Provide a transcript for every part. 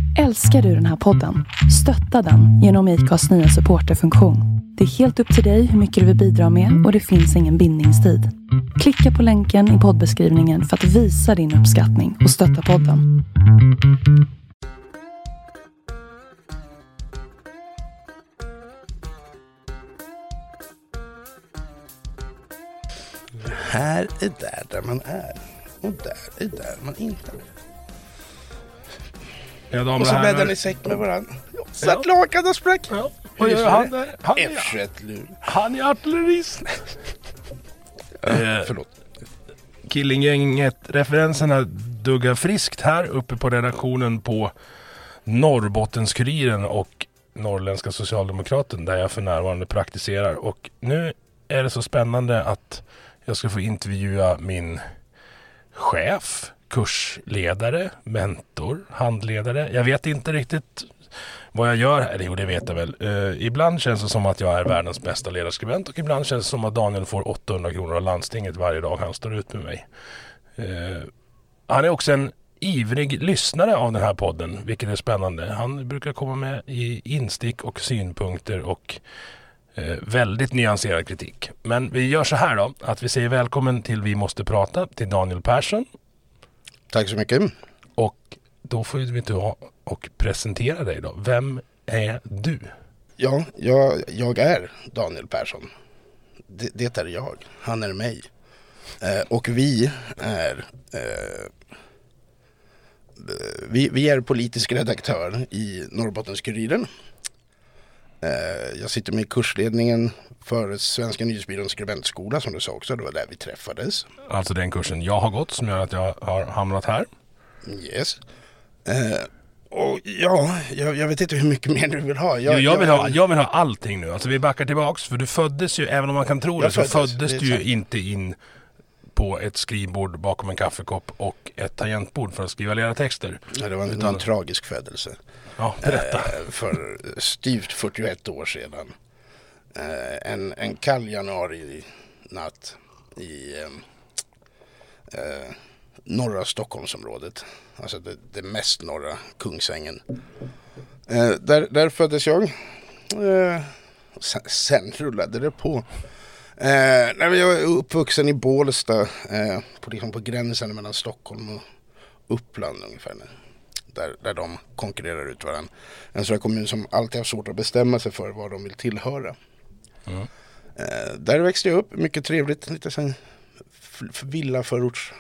Älskar du den här podden? Stötta den genom IKAs nya supporterfunktion. Det är helt upp till dig hur mycket du vill bidra med och det finns ingen bindningstid. Klicka på länken i poddbeskrivningen för att visa din uppskattning och stötta podden. Här är där man är. Och där är där man inte är. Ja, och så bäddar ni säck med varandra. Så att lakan och spräck. Ja. Och gör han där? F21-lur. Han är artillerist. Förlåt. Killinggänget, referenserna duggar friskt här uppe på redaktionen på Norrbottenskuriren och Norrländska Socialdemokraten där jag för närvarande praktiserar. Och nu är det så spännande att jag ska få intervjua min chef, kursledare, mentor, handledare. Jag vet inte riktigt vad jag gör här. Jo, det vet jag väl. Ibland känns det som att jag är världens bästa ledarskribent och ibland känns det som att Daniel får 800 kronor av landstinget varje dag han står ut med mig. Han är också en ivrig lyssnare av den här podden, vilket är spännande. Han brukar komma med i instick och synpunkter och väldigt nyanserad kritik. Men vi gör så här då, att vi säger välkommen till Vi måste prata till Daniel Persson. Tack så mycket. Och då får vi ta och presentera dig då. Vem är du? Ja, jag är Daniel Persson. Det är jag. Han är mig. Och vi är vi är politisk redaktör i Norrbottenskuriren. Jag sitter med i kursledningen för Svenska Nyhetsbyråns skribentskola som du sa också. Det var där vi träffades. Alltså den kursen jag har gått som gör att jag har hamnat här. Yes. Och ja, jag vet inte hur mycket mer du vill ha. Jag vill ha allting nu. Alltså vi backar tillbaks. För du föddes ju, även om man kan tro det, så föddes du ju inte in på ett skrivbord bakom en kaffekopp och ett tangentbord för att skriva ledartexter. Ja, det var en tragisk födelse. Ja, berätta. För styvt 41 år sedan. En kall januari natt i norra Stockholmsområdet. Alltså det mest norra Kungsängen. Där föddes jag. Sen rullade det på. När jag är uppvuxen i Bålsta, på gränsen mellan Stockholm och Uppland ungefär. Där de konkurrerar ut varandra. En sån här kommun som alltid har svårt att bestämma sig för vad de vill tillhöra. Mm. Där växte jag upp, mycket trevligt, lite sån villaförortsort.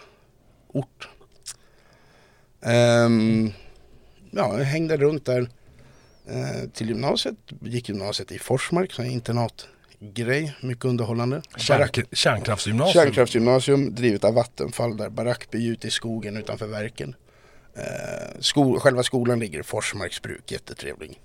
Jag hängde runt där till gymnasiet. Gick gymnasiet i Forsmark, så internatgrej, mycket underhållande. Kärnkraftsgymnasium, drivet av Vattenfall, där barackby ute i skogen utanför verken. Själva skolan ligger i Forsmarksbruk, jättetrevlig.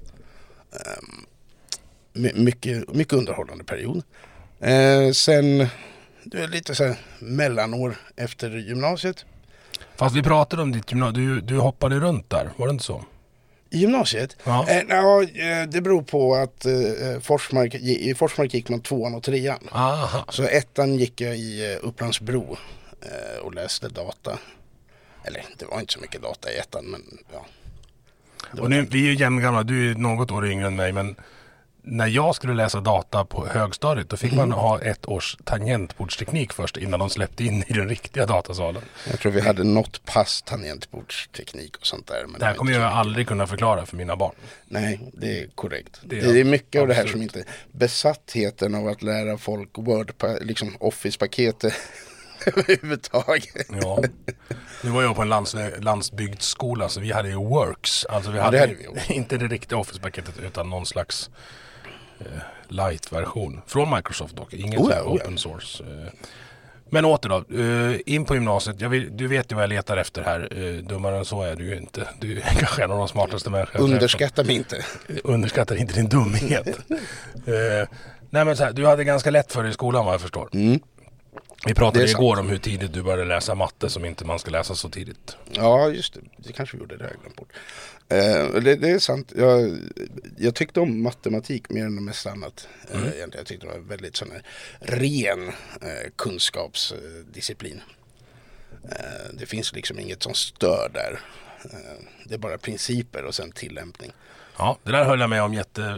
Mycket underhållande period. Sen det är lite så här mellanår efter gymnasiet. Fast vi pratade om ditt gymnasium, du hoppade runt där, var det inte så? I gymnasiet? Ja. Det beror på att i Forsmark gick man 2:an och 3:an. Aha. Så 1:an gick jag i Upplandsbro och läste data. Eller det var inte så mycket data i 1:an, men ja. Och nu, vi är ju jämngamla, du är något år yngre än mig, men när jag skulle läsa data på högstadiet då fick man ha 1 års tangentbordsteknik först innan de släppte in i den riktiga datasalen. Jag tror vi hade något pass tangentbordsteknik och sånt där. Men det här kommer jag aldrig kunna förklara för mina barn. Nej, det är korrekt. Det är mycket av det här som inte... Besattheten av att lära folk liksom Office-paketet överhuvudtaget. Ja. Nu var jag på en landsbygdsskola så vi hade ju Works. Alltså vi hade inte det riktiga Office-paketet utan någon slags light-version. Från Microsoft dock. Inget open source. Men åter då. In på gymnasiet. Du vet ju vad jag letar efter här. Dummare än så är du ju inte. Du är kanske en av de smartaste människorna. Underskatta mig inte. Underskattar inte din dumhet. Nej men så här, du hade ganska lätt för dig i skolan vad jag förstår. Mm. Vi pratade igår om hur tidigt du började läsa matte som inte man ska läsa så tidigt. Ja, just det. Det kanske vi gjorde det här glömt bort. Det är sant. Jag tyckte om matematik mer än det mesta annat. Jag tyckte det var väldigt sån här ren kunskapsdisciplin. Det finns liksom inget som stör där. Det är bara principer och sen tillämpning. Ja, det där höll jag med om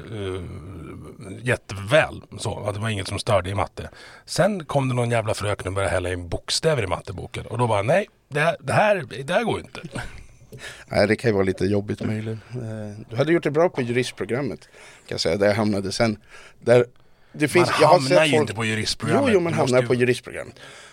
jätteväl. Så, att det var inget som störde i matte. Sen kom det någon jävla fröken och började hälla in bokstäver i matteboken. Och då bara, nej, det här går inte. Nej, det kan ju vara lite jobbigt möjligt. Du hade gjort det bra på juristprogrammet, kan jag säga, där jag hamnade sen. Där det finns, man jag har hamnar sett ju inte på juristprogrammet. Jo, man hamnar på juristprogrammet.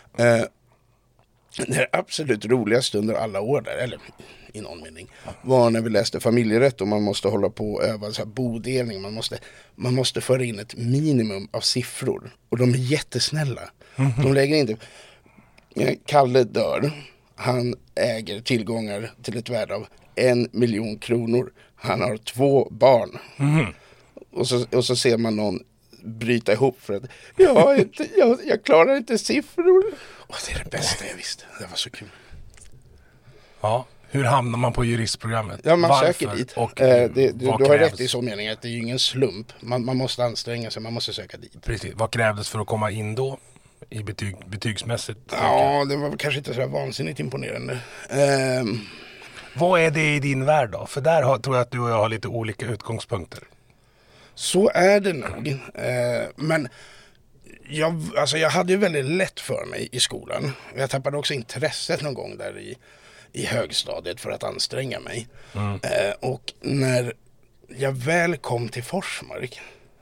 Det absolut roligaste under alla år där, eller i någon mening, var när vi läste familjerätt och man måste hålla på och öva så här bodelning. Man måste föra in ett minimum av siffror. Och de är jättesnälla. De lägger inte... Kalle dör. Han äger tillgångar till ett värde av 1 miljon kronor. Han har 2 barn. Och så ser man någon bryta ihop för att jag klarar inte siffror. Och det är det bästa jag visste. Det var så kul. Ja, hur hamnar man på juristprogrammet? Ja, man Varför? söker dit. Och Du har rätt i så mening att det är ju ingen slump. Man måste anstränga sig, man måste söka dit. Precis. Vad krävdes för att komma in då? I betygsmässigt? Ja, det var kanske inte så vansinnigt imponerande. Vad är det i din värld då? För där tror jag att du och jag har lite olika utgångspunkter. Så är det nog. Men jag hade ju väldigt lätt för mig i skolan. Jag tappade också intresset någon gång där i högstadiet för att anstränga mig. Och när jag väl kom till Forsmark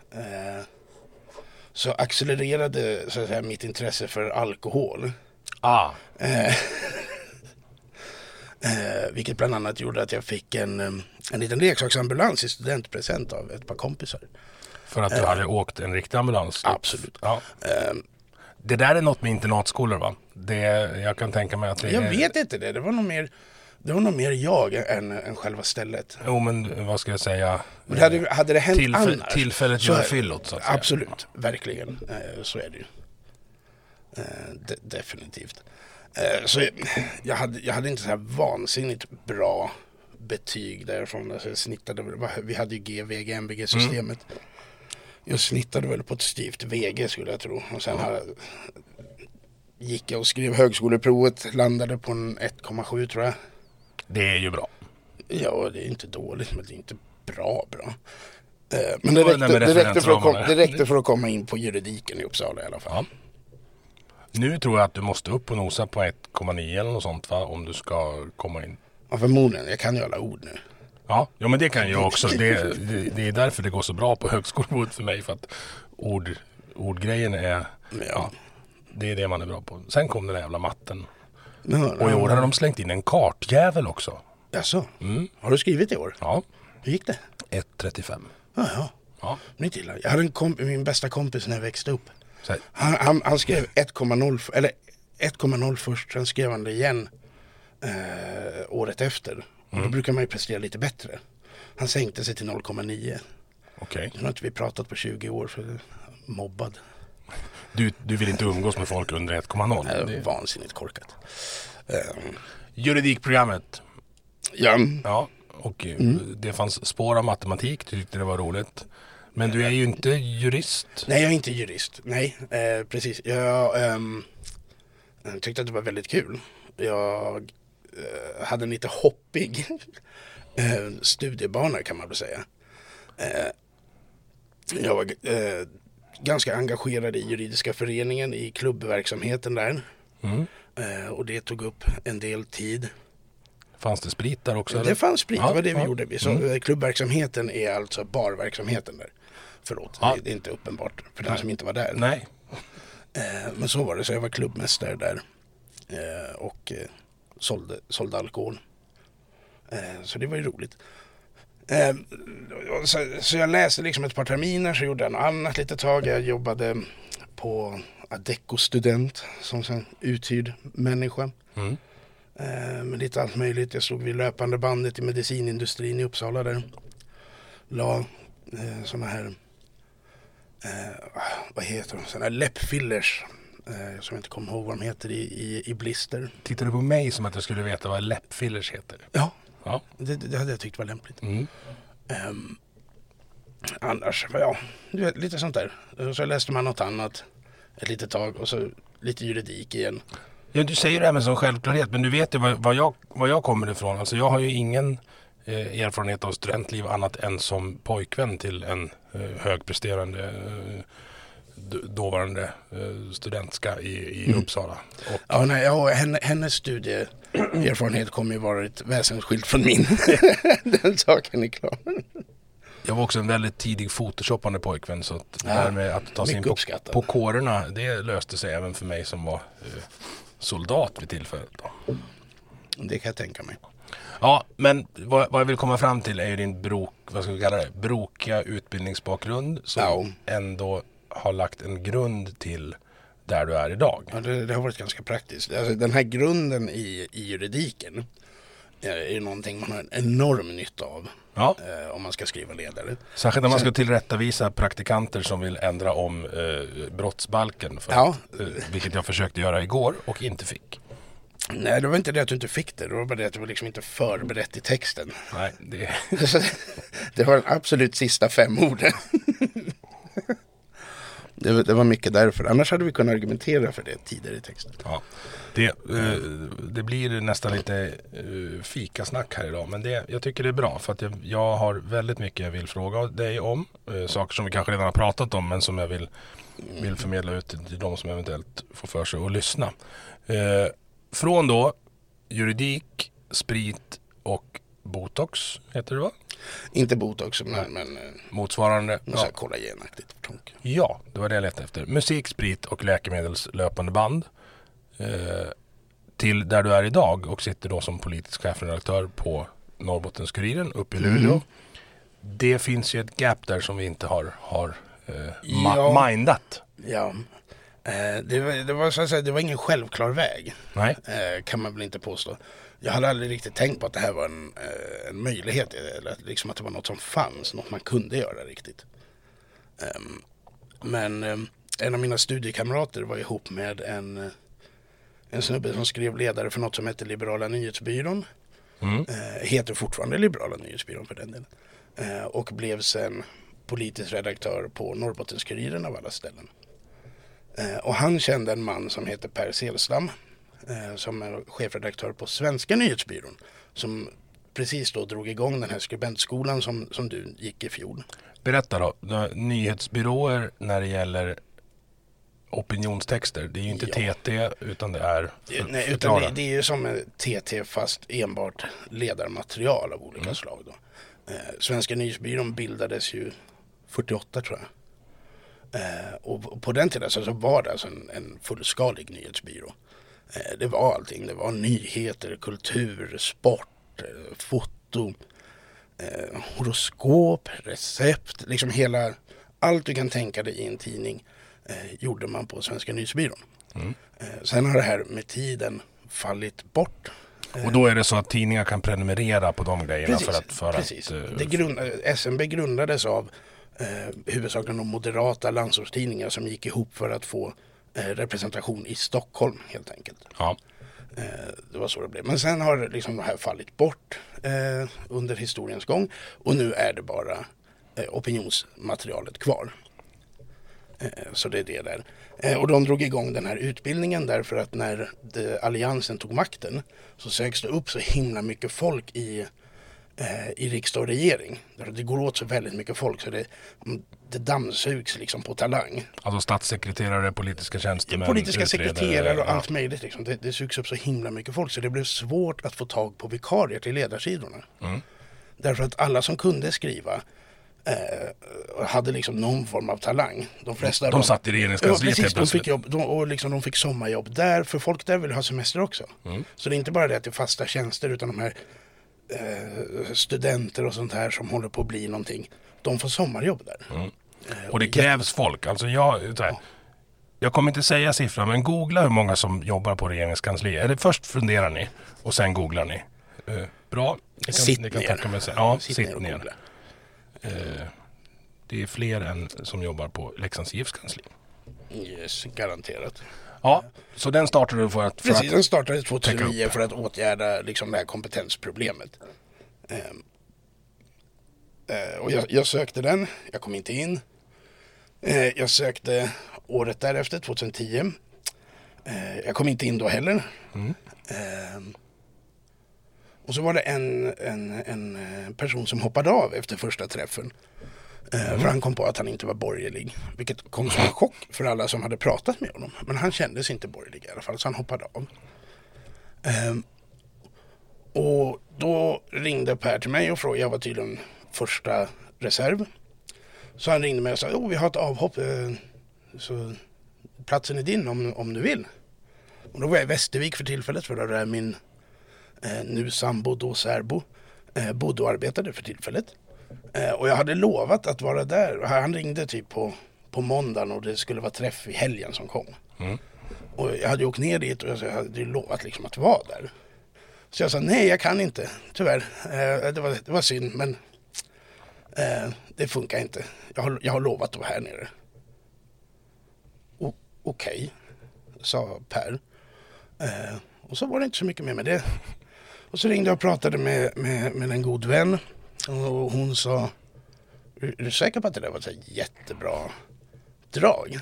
så accelererade så att säga, mitt intresse för alkohol. Vilket bland annat gjorde att jag fick en liten leksaksambulans i studentpresent av ett par kompisar. För att du hade åkt en riktig ambulans? Absolut. Ja. Det där är något med internatskolor, va? Jag kan tänka mig att det Jag vet inte det. Det var nog mer jag än själva stället. Jo, men vad ska jag säga? Men hade det hänt annars? Tillfället gör fyllot, så att säga. Absolut, verkligen. Så är det ju. Definitivt. Så jag hade inte så här vansinnigt bra betyg därifrån. Alltså jag snittade, vi hade ju GVG, MVG-systemet. Jag snittade väl på ett styvt VG skulle jag tro. Och sen gick jag och skrev högskoleprovet, landade på en 1,7 tror jag. Det är ju bra. Ja, det är inte dåligt, men det är inte bra. Men det räckte för att komma in på juridiken i Uppsala i alla fall. Ja. Nu tror jag att du måste upp och nosa på 1,9 eller något sånt, va? Om du ska komma in. Ja, förmodligen. Jag kan ju alla ord nu. Ja, men det kan jag också. Det är därför det går så bra på högskoleprovet för mig. För att ordgrejen är... Ja, det är det man är bra på. Sen kom den där jävla matten. Och i år har de slängt in en kartjävel också. Jaså? Har du skrivit i år? Ja. Hur gick det? 1,35. Ja. Jag hade min bästa kompis när jag växte upp. Han skrev 1,0 eller 1,0 först, sen skrev han det igen året efter. Och då brukar man ju prestera lite bättre. Han sänkte sig till 0,9. Okej. Nu har inte vi pratat på 20 år för mobbad. Du vill inte umgås med folk under 1,0? Det är vansinnigt korkat. Juridikprogrammet. Ja. Och det fanns spår av matematik, du tyckte det var roligt. Men du är ju inte jurist. Nej, jag är inte jurist. Nej, precis. Jag tyckte att det var väldigt kul. Jag hade en lite hoppig studiebana kan man väl säga. Jag var ganska engagerad i juridiska föreningen, i klubbverksamheten där. Och det tog upp en del tid. Fanns det sprit där också? Eller? Det fanns sprit, det var det vi gjorde. Så klubbverksamheten är alltså barverksamheten där. Förlåt, det är inte uppenbart för den som inte var där. Nej. Men så var det, så jag var klubbmästare där och sålde alkohol. Så det var ju roligt. Så jag läste liksom ett par terminer, så gjorde jag något annat lite tag. Jag jobbade på Adecco Student som en uthyrd människa. Med lite allt möjligt. Jag stod vid löpande bandet i medicinindustrin i Uppsala där. La såna här vad heter de? Såna här läppfillers som jag inte kommer ihåg vad de heter i blister. Tittar du på mig som att jag skulle veta vad läppfillers heter? Ja. Det hade jag tyckt var lämpligt. Annars, lite sånt där. Så läste man något annat ett litet tag och så lite juridik igen. Ja, du säger det här med som självklarhet, men du vet ju var jag kommer ifrån. Alltså jag har ju ingen erfarenhet av studentliv annat än som pojkvän till en högpresterande dåvarande studentska i Uppsala. Hennes studieerfarenhet kommer ju varit väsensskilt från min. Den saken är klar. Jag var också en väldigt tidig photoshoppande pojkvän, så att det här med att ta sig in på kårerna, det löste sig även för mig som var soldat vid tillfället då. Det kan jag tänka mig. Ja, men vad jag vill komma fram till är ju din brokiga utbildningsbakgrund som ändå har lagt en grund till där du är idag. Ja, det har varit ganska praktiskt. Alltså, den här grunden i juridiken är någonting man har en enorm nytta av om man ska skriva ledare. Särskilt när man ska tillrättavisa praktikanter som vill ändra om brottsbalken, vilket jag försökte göra igår och inte fick. Nej, det var inte det att du inte fick det. Det var bara det att du var liksom inte förberett i texten. Nej, det var den absolut sista 5 orden. Det var mycket därför. Annars hade vi kunnat argumentera för det tidigare i texten. Ja, det blir nästan lite fikasnack här idag. Men jag tycker det är bra, för att jag har väldigt mycket jag vill fråga dig om. Saker som vi kanske redan har pratat om, men som jag vill förmedla ut till de som eventuellt får för sig att lyssna. Från då juridik, sprit och botox heter det, va? Inte botox, men motsvarande. Kollagenaktigt. Ja, det var det jag letade efter. Musik, sprit och läkemedelslöpande band. Till där du är idag och sitter då som politisk chefredaktör på Norrbottenskuriren uppe i Luleå. Det finns ju ett gap där som vi inte har mindat. Ja. Det var så att säga, det var ingen självklar väg. Nej. Kan man väl inte påstå. Jag hade aldrig riktigt tänkt på att det här var en möjlighet, eller liksom att det var något som fanns, något man kunde göra riktigt. Men en av mina studiekamrater var ihop med en snubbe som skrev ledare för något som hette Liberala nyhetsbyrån. Heter fortfarande Liberala nyhetsbyrån för den delen. Och blev sen politisk redaktör på Norrbottenskuriren av alla ställen. Och han kände en man som heter Per Selstam, som är chefredaktör på Svenska nyhetsbyrån, som precis då drog igång den här skribentskolan som du gick i fjol. Berätta då, nyhetsbyråer när det gäller opinionstexter, det är ju inte TT utan det är det är ju som TT fast enbart ledarmaterial av olika slag då. Svenska nyhetsbyrån bildades ju 48 tror jag. Och på den tiden så var det alltså en fullskalig nyhetsbyrå. Det var allting. Det var nyheter, kultur, sport, foto, horoskop, recept. Liksom allt du kan tänka dig i en tidning gjorde man på Svenska nyhetsbyrån. Sen har det här med tiden fallit bort. Och då är det så att tidningar kan prenumerera på de grejerna precis. SMB grundades av huvudsakligen de moderata landsortstidningar som gick ihop för att få representation i Stockholm helt enkelt. Ja. Det var så det blev. Men sen har liksom det här fallit bort under historiens gång och nu är det bara opinionsmaterialet kvar. Så det är det där. Och de drog igång den här utbildningen därför att när alliansen tog makten så söks det upp så himla mycket folk i riksdag och regering. Det går åt så väldigt mycket folk så det dammsugs liksom på talang. Alltså statssekreterare, politiska tjänstemän, politiska sekreterare och allt möjligt. Liksom. Det sugs upp så himla mycket folk så det blev svårt att få tag på vikarier till ledarsidorna. Därför att alla som kunde skriva hade liksom någon form av talang. De flesta de satt i regeringskansliet helt plötsligt. De fick jobb, och liksom de fick sommarjobb där, för folk där vill ha semester också. Så det är inte bara det att det är fasta tjänster utan de här studenter och sånt här som håller på att bli någonting. De får sommarjobb där. Och det krävs folk. Alltså jag kommer inte säga siffran, men googla hur många som jobbar på regeringskansliet. Eller först funderar ni och sen googlar ni. Bra. Sitt ner. Det är fler än som jobbar på Leksands IFs kansli. Yes, garanterat. Ja, så den startade för att... Precis, den startade 2009 för att åtgärda liksom det här kompetensproblemet. Och jag sökte den, jag kom inte in. Jag sökte året därefter, 2010. Jag kom inte in då heller. Och så var det en person som hoppade av efter första träffen. För han kom på att han inte var borgerlig. Vilket kom som en chock för alla som hade pratat med honom. Men han kändes inte borgerlig i alla fall, så han hoppade av. Och då ringde Per till mig och frågade, jag var tydligen första reserv. Så han ringde mig och sa, vi har ett avhopp, så platsen är din om du vill. Och då var jag i Västervik för tillfället, för där är min nu sambo, då särbo, bodde och arbetade för tillfället. Och jag hade lovat att vara där. Han ringde typ på måndagen och det skulle vara träff i helgen som kom. Och jag hade åkt ner dit och jag hade lovat liksom att vara där. Så jag sa, nej jag kan inte, tyvärr. Det var synd, men det funkar inte. Jag har lovat att vara här nere. Okej, sa Per. Och så var det inte så mycket mer med det. Och så ringde jag och pratade med en god vän. Och hon sa, är du säker på att det där var ett så jättebra drag?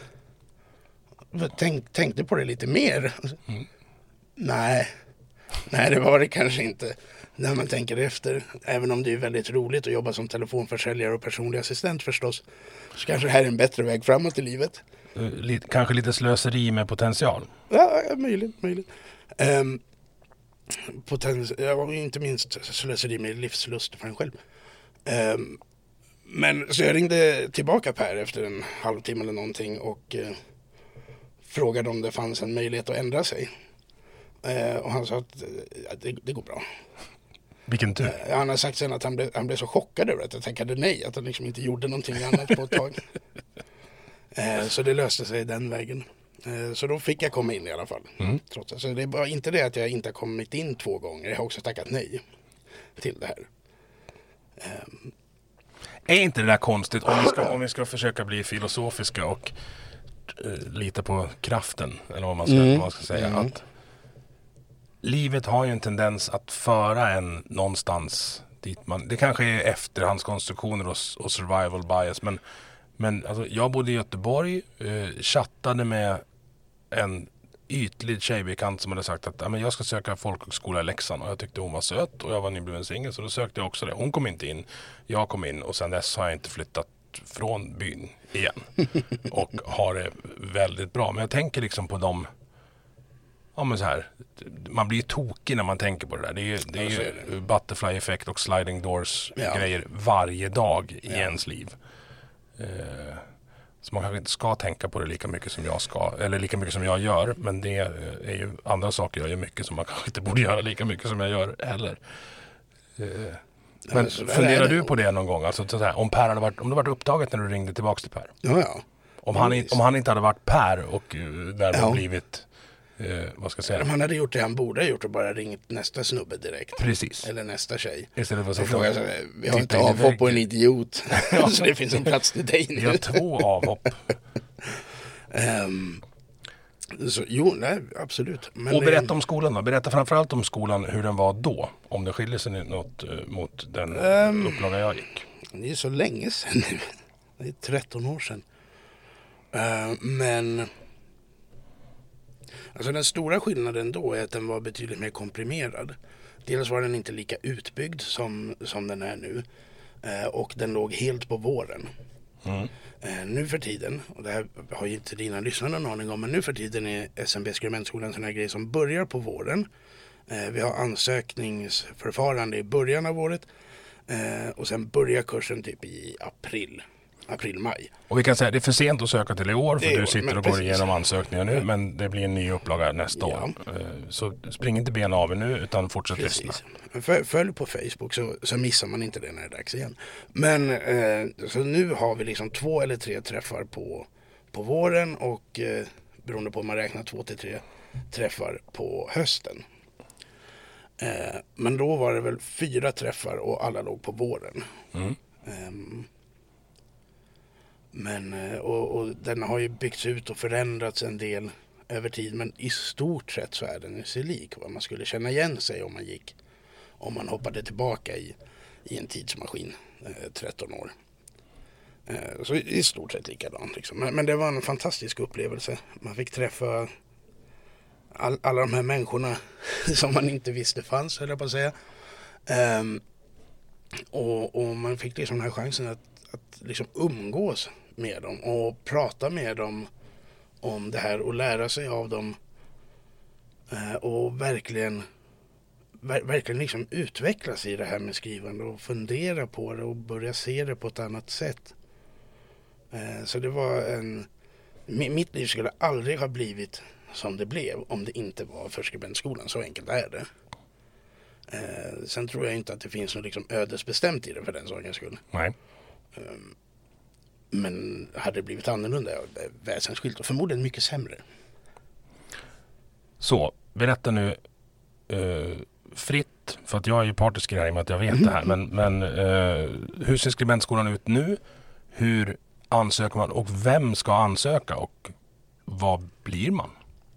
Tänkte på det lite mer. Nej, det var det kanske inte. När man tänker efter, även om det är väldigt roligt att jobba som telefonförsäljare och personlig assistent förstås, så kanske det här är en bättre väg framåt i livet. Kanske lite slöseri med potential. Ja, möjligt. Ja, inte minst slöseri med livslust för en själv. Men så jag ringde tillbaka Per efter en halvtimme eller någonting och frågade om det fanns en möjlighet att ändra sig. Och han sa att det går bra. Vilken tur. Han har sagt sen att han blev så chockad över att jag tackade nej, att han liksom inte gjorde någonting annat på ett tag. Så det löste sig den vägen. Så då fick jag komma in i alla fall. Trots att, så det är bara inte det att jag inte har kommit in 2 gånger. Jag har också tackat nej till det här. Är inte det där konstigt om vi ska försöka bli filosofiska och lita på kraften, eller vad man ska säga, att livet har ju en tendens att föra en någonstans dit det kanske är efterhandskonstruktioner och survival bias, men alltså, jag bodde i Göteborg, chattade med en ytlig tjejbekant som hade sagt att jag ska söka folkhögskola i Leksand, och jag tyckte hon var söt och jag var nybliven singel, så då sökte jag också det. Hon kom inte in, jag kom in, och sen dess har jag inte flyttat från byn igen och har det väldigt bra. Men jag tänker liksom på dem, men så här, man blir tokig när man tänker på det där. Det är ju butterfly-effekt och sliding doors grejer varje dag i ens liv. Så man kanske inte ska tänka på det lika mycket som jag ska, eller lika mycket som jag gör, men det är ju andra saker jag gör mycket som man kanske inte borde göra lika mycket som jag gör heller. Men funderar du på det någon gång? Alltså, så här, om det varit upptaget när du ringde tillbaka till Per? Ja. Om han inte hade varit Per och därmed blivit vad ska jag säga? Om han hade gjort det han borde ha gjort och bara ringt nästa snubbe direkt. Precis. Eller nästa tjej. Istället för att fråga sig, vi har inte avhopp på en idiot. Så det finns en plats till dig nu. Vi har 2 avhopp. Så, nej, absolut. Men och berätta om skolan då. Berätta framförallt om skolan, hur den var då. Om det skiljer sig något mot den upplaga jag gick. Det är så länge sedan nu. Det är 13 år sedan. Men alltså den stora skillnaden då är att den var betydligt mer komprimerad. Dels var den inte lika utbyggd som den är nu. Och den låg helt på våren. Nu för tiden, och det här har ju inte dina lyssnare någon aning om, men nu för tiden är SMB Skribentskolan en sån här grej som börjar på våren. Vi har ansökningsförfarande i början av året och sen börjar kursen typ i april-maj. Och vi kan säga att det är för sent att söka till i år, för du sitter och går igenom ansökningar nu, men det blir en ny upplaga nästa år. Så spring inte ben av er nu, utan fortsätt lyssna. Följ på Facebook så missar man inte det när det är dags igen. Men så nu har vi liksom 2 eller 3 träffar på våren och beroende på om man räknar 2 till 3 träffar på hösten. Men då var det väl 4 träffar och alla låg på våren. Men och den har ju byggts ut och förändrats en del över tid, men i stort sett så är den sig lik vad man skulle känna igen sig om man hoppade tillbaka i en tidsmaskin 13 år. Så i stort sett likadant liksom. Men det var en fantastisk upplevelse. Man fick träffa alla de här människorna som man inte visste fanns, höll jag på att säga. Och man fick liksom den här chansen att liksom umgås med dem och prata med dem om det här och lära sig av dem och verkligen liksom utvecklas i det här med skrivande och fundera på det och börja se det på ett annat sätt. Så det var mitt liv skulle aldrig ha blivit som det blev om det inte var för skribentskolan, så enkelt är det. Sen tror jag inte att det finns något liksom ödesbestämt i det för den sakens skull. Nej. Men hade det blivit annorlunda, väsensskilt och förmodligen mycket sämre. Så, berätta nu fritt, för att jag är ju partisk i det här i och med att jag vet det här. Men hur ser skribentskolan ut nu? Hur ansöker man och vem ska ansöka och vad blir man?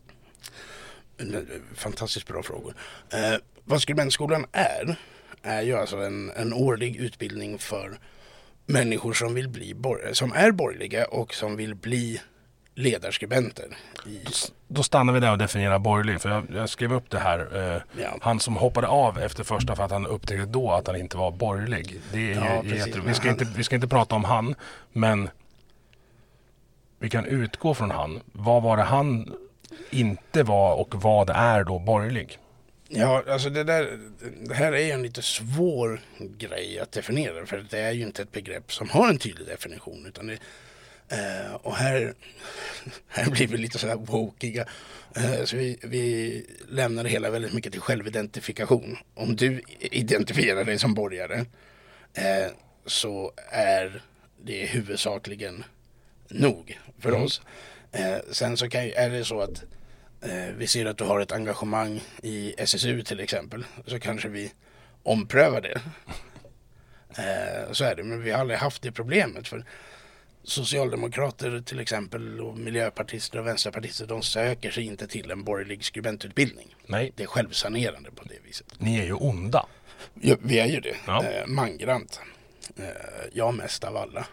Fantastiskt bra frågor. Vad skribentskolan är ju alltså en årlig utbildning för människor som vill bli som är borgerliga och som vill bli ledarskribenter. Då stannar vi där och definierar borgerlig, för jag skrev upp det här. Han som hoppade av efter första för att han upptäckte då att han inte var borgerlig. Det är vi ska inte prata om han, men vi kan utgå från han. Vad var det han inte var och vad är då borgerlig? Ja, alltså det här är ju en lite svår grej att definiera, för det är ju inte ett begrepp som har en tydlig definition, utan och här blir vi lite så här wokiga. Så vi lämnar det hela väldigt mycket till självidentifikation. Om du identifierar dig som borgare så är det huvudsakligen nog för oss. Sen så är det så att vi ser att du har ett engagemang i SSU till exempel, så kanske vi omprövar det. Så är det, men vi har aldrig haft det problemet, för socialdemokrater till exempel och miljöpartister och vänsterpartister, de söker sig inte till en borgerlig skribentutbildning. Nej. Det är självsanerande på det viset. Ni är ju onda. Ja, vi är ju det. Ja. Mangrant. Jag mest av alla.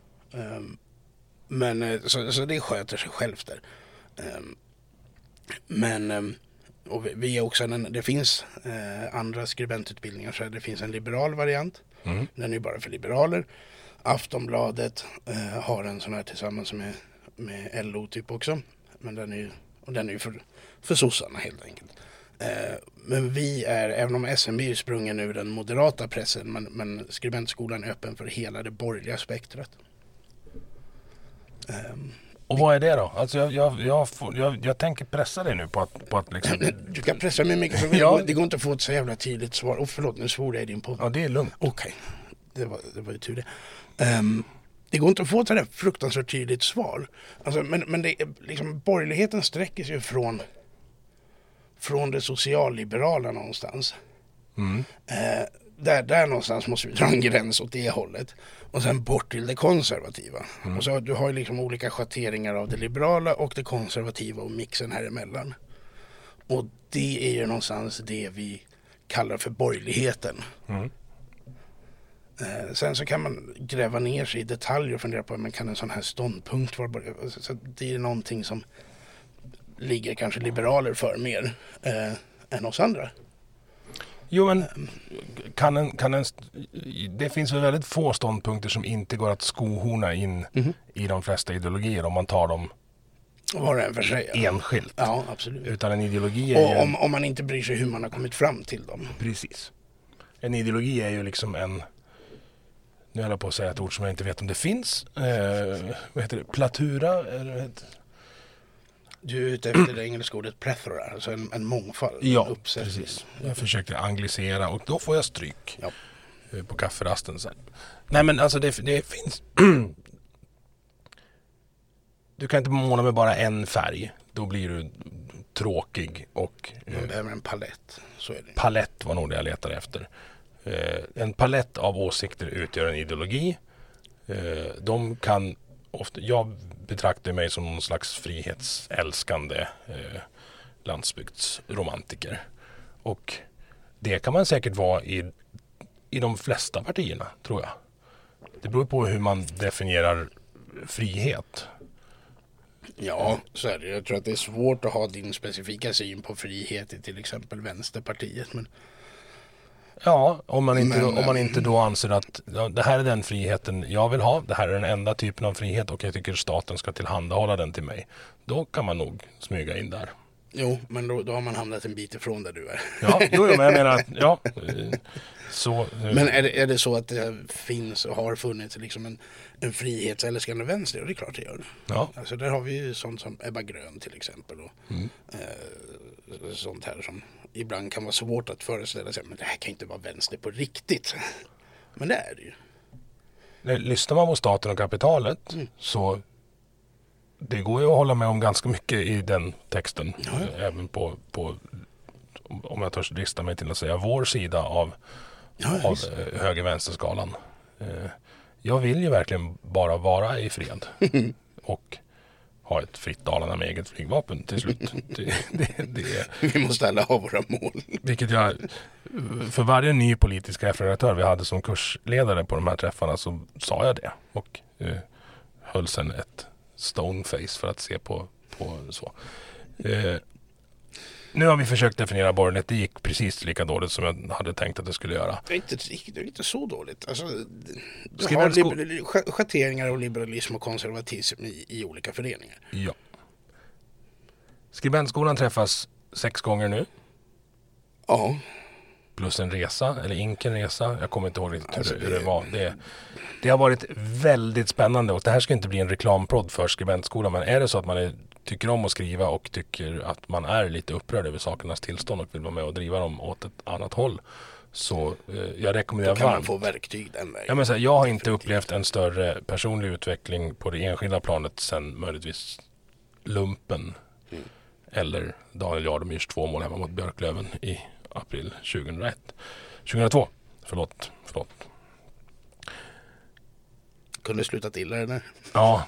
Men så det sköter sig självt där. Men och vi är också det finns andra skribentutbildningar, så det finns en liberal variant. Den är bara för liberaler. Aftonbladet har en sån här tillsammans med LO typ också, men den är ju för sossarna helt enkelt. Men vi är, även om SMB är sprungen ur den moderata pressen, men skribentskolan är öppen för hela det borgerliga spektrat. Och vad är det då? Alltså jag tänker pressa dig nu på att liksom... Du kan pressa mig mycket, för Ja. Det går inte att få ett så jävla tydligt svar. Förlåt, nu svor jag i din podd. Ja, det är lugnt. Okej. Det var ju tur det. Det går inte att få ett sådär fruktansvärt tydligt svar. Alltså, men det är liksom, borgerligheten sträcker sig från det socialliberala någonstans. Där någonstans måste vi dra en gräns åt det hållet. Och sen bort till det konservativa. Och så du har ju liksom olika schatteringar av det liberala och det konservativa och mixen här emellan. Och det är ju någonstans det vi kallar för borgerligheten. Sen så kan man gräva ner sig i detaljer och fundera på, men kan en sån här ståndpunkt vara borgerlig? Så det är någonting som ligger kanske liberaler för mer än oss andra. Jo, men det finns väl väldigt få ståndpunkter som inte går att skohorna in i de flesta ideologier om man tar dem var det en för sig, enskilt. Ja, absolut. Utan en ideologi är om man inte bryr sig hur man har kommit fram till dem. Precis. En ideologi är ju liksom nu håller jag på att säga ett ord som jag inte vet om det finns. Vad heter det? Platura? Du är ute efter det engelska ordet plethora, alltså en mångfald. Ja, en precis. Jag försökte anglicera och då får jag stryk på kafferasten sen. Nej, men alltså det finns... Du kan inte måla med bara en färg. Då blir du tråkig och... Man behöver en palett, så är det. Palett var nog det jag letade efter. En palett av åsikter utgör en ideologi. De kan ofta... Jag betraktar mig som någon slags frihetsälskande landsbygdsromantiker. Och det kan man säkert vara i de flesta partierna, tror jag. Det beror på hur man definierar frihet. Ja, så är det. Jag tror att det är svårt att ha din specifika syn på frihet i till exempel Vänsterpartiet. Men... Ja, om man inte då anser att det här är den friheten jag vill ha, det här är den enda typen av frihet och jag tycker staten ska tillhandahålla den till mig. Då kan man nog smyga in där. Jo, men då har man hamnat en bit ifrån där du är. Ja, men jag menar att, ja. Så, men är det så att det finns och har funnits liksom en frihetsälskande vänster? Ja, det är klart det gör. Ja. Alltså där har vi ju sånt som Ebba Grön till exempel. Och, sånt här som ibland kan vara svårt att föreställa sig. Men det här kan inte vara vänster på riktigt. Men det är det ju. Lyssnar man på staten och kapitalet så det går ju att hålla med om ganska mycket i den texten. Ja. Även på om jag törs drista mig till att säga vår sida av höger-vänsterskalan. Jag vill ju verkligen bara vara i fred och ha ett fritt Dalarna med eget flygvapen till slut. Vi måste alla ha våra mål. Vilket jag, för varje ny politisk redaktör vi hade som kursledare på de här träffarna så sa jag det och höll sen ett stoneface för att se på så. Nu har vi försökt definiera borgerlighet. Det gick precis lika dåligt som jag hade tänkt att det skulle göra. Det är inte så dåligt. Alltså, du har schatteringar av liberalism och konservatism i olika föreningar. Ja. Skribentskolan träffas 6 gånger nu. Ja. Plus en resa, eller inken resa. Jag kommer inte ihåg riktigt hur det var. Det har varit väldigt spännande och det här ska inte bli en reklamprodd för skribentskolan. Men är det så att man tycker om att skriva och tycker att man är lite upprörd över sakernas tillstånd och vill vara med och driva dem åt ett annat håll, så jag rekommenderar varmt. Då kan man få verktyg den vägen. Ja, men så här, jag har inte upplevt en större personlig utveckling på det enskilda planet sen möjligtvis Lumpen eller Daniel Jardomyrs 2 mål hemma mot Björklöven i april 2002. Förlåt. Kunde slutat illa det där. Ja.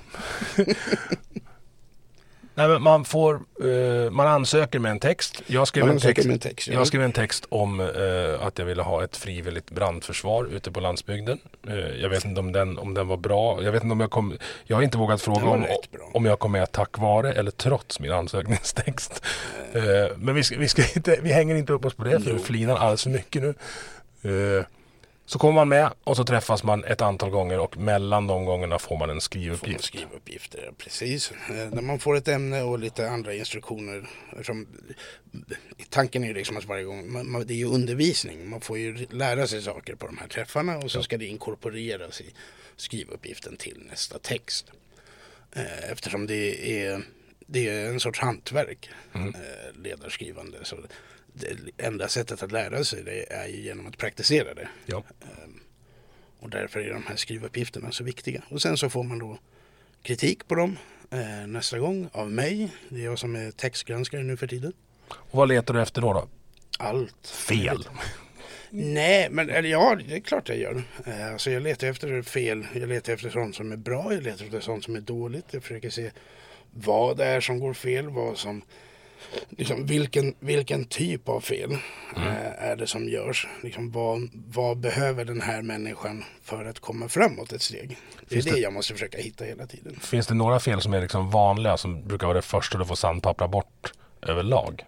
Nej, men man ansöker med en text. Jag skrev en text om att jag ville ha ett frivilligt brandförsvar ute på landsbygden. Jag vet inte om den var bra. Jag vet inte om jag har inte vågat fråga om jag kom med tack vare eller trots min ansökningstext. Men vi hänger inte upp oss på det för vi flinar alldeles för mycket nu. Så kommer man med och så träffas man ett antal gånger och mellan de gångerna får man en skrivuppgift. Precis. När man får ett ämne och lite andra instruktioner. Tanken är ju liksom att varje gång, det är ju undervisning. Man får ju lära sig saker på de här träffarna och så ska det inkorporeras i skrivuppgiften till nästa text. Eftersom det är en sorts hantverk, ledarskrivande. Så det enda sättet att lära sig det är ju genom att praktisera det. Ja. Och därför är de här skrivuppgifterna så viktiga. Och sen så får man då kritik på dem nästa gång av mig. Det är jag som är textgranskare nu för tiden. Och vad letar du efter då? Allt. Fel. Nej, men ja, det är klart jag gör. Alltså jag letar efter fel. Jag letar efter sånt som är bra. Jag letar efter sånt som är dåligt. Jag försöker se vad det är som går fel. Vad som... Liksom, vilken typ av fel är det som görs? Liksom, vad behöver den här människan för att komma framåt ett steg? Det är det jag måste försöka hitta hela tiden. Finns det några fel som är liksom vanliga som brukar vara det första du får sandpappra bort överlag?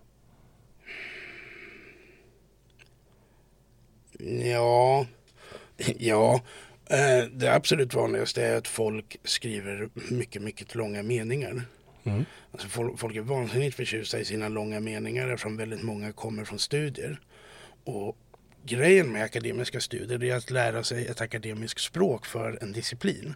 Ja. Det absolut vanligaste är att folk skriver mycket, mycket långa meningar. Alltså folk är vansinnigt förtjusta i sina långa meningar eftersom väldigt många kommer från studier. Och grejen med akademiska studier är att lära sig ett akademiskt språk för en disciplin.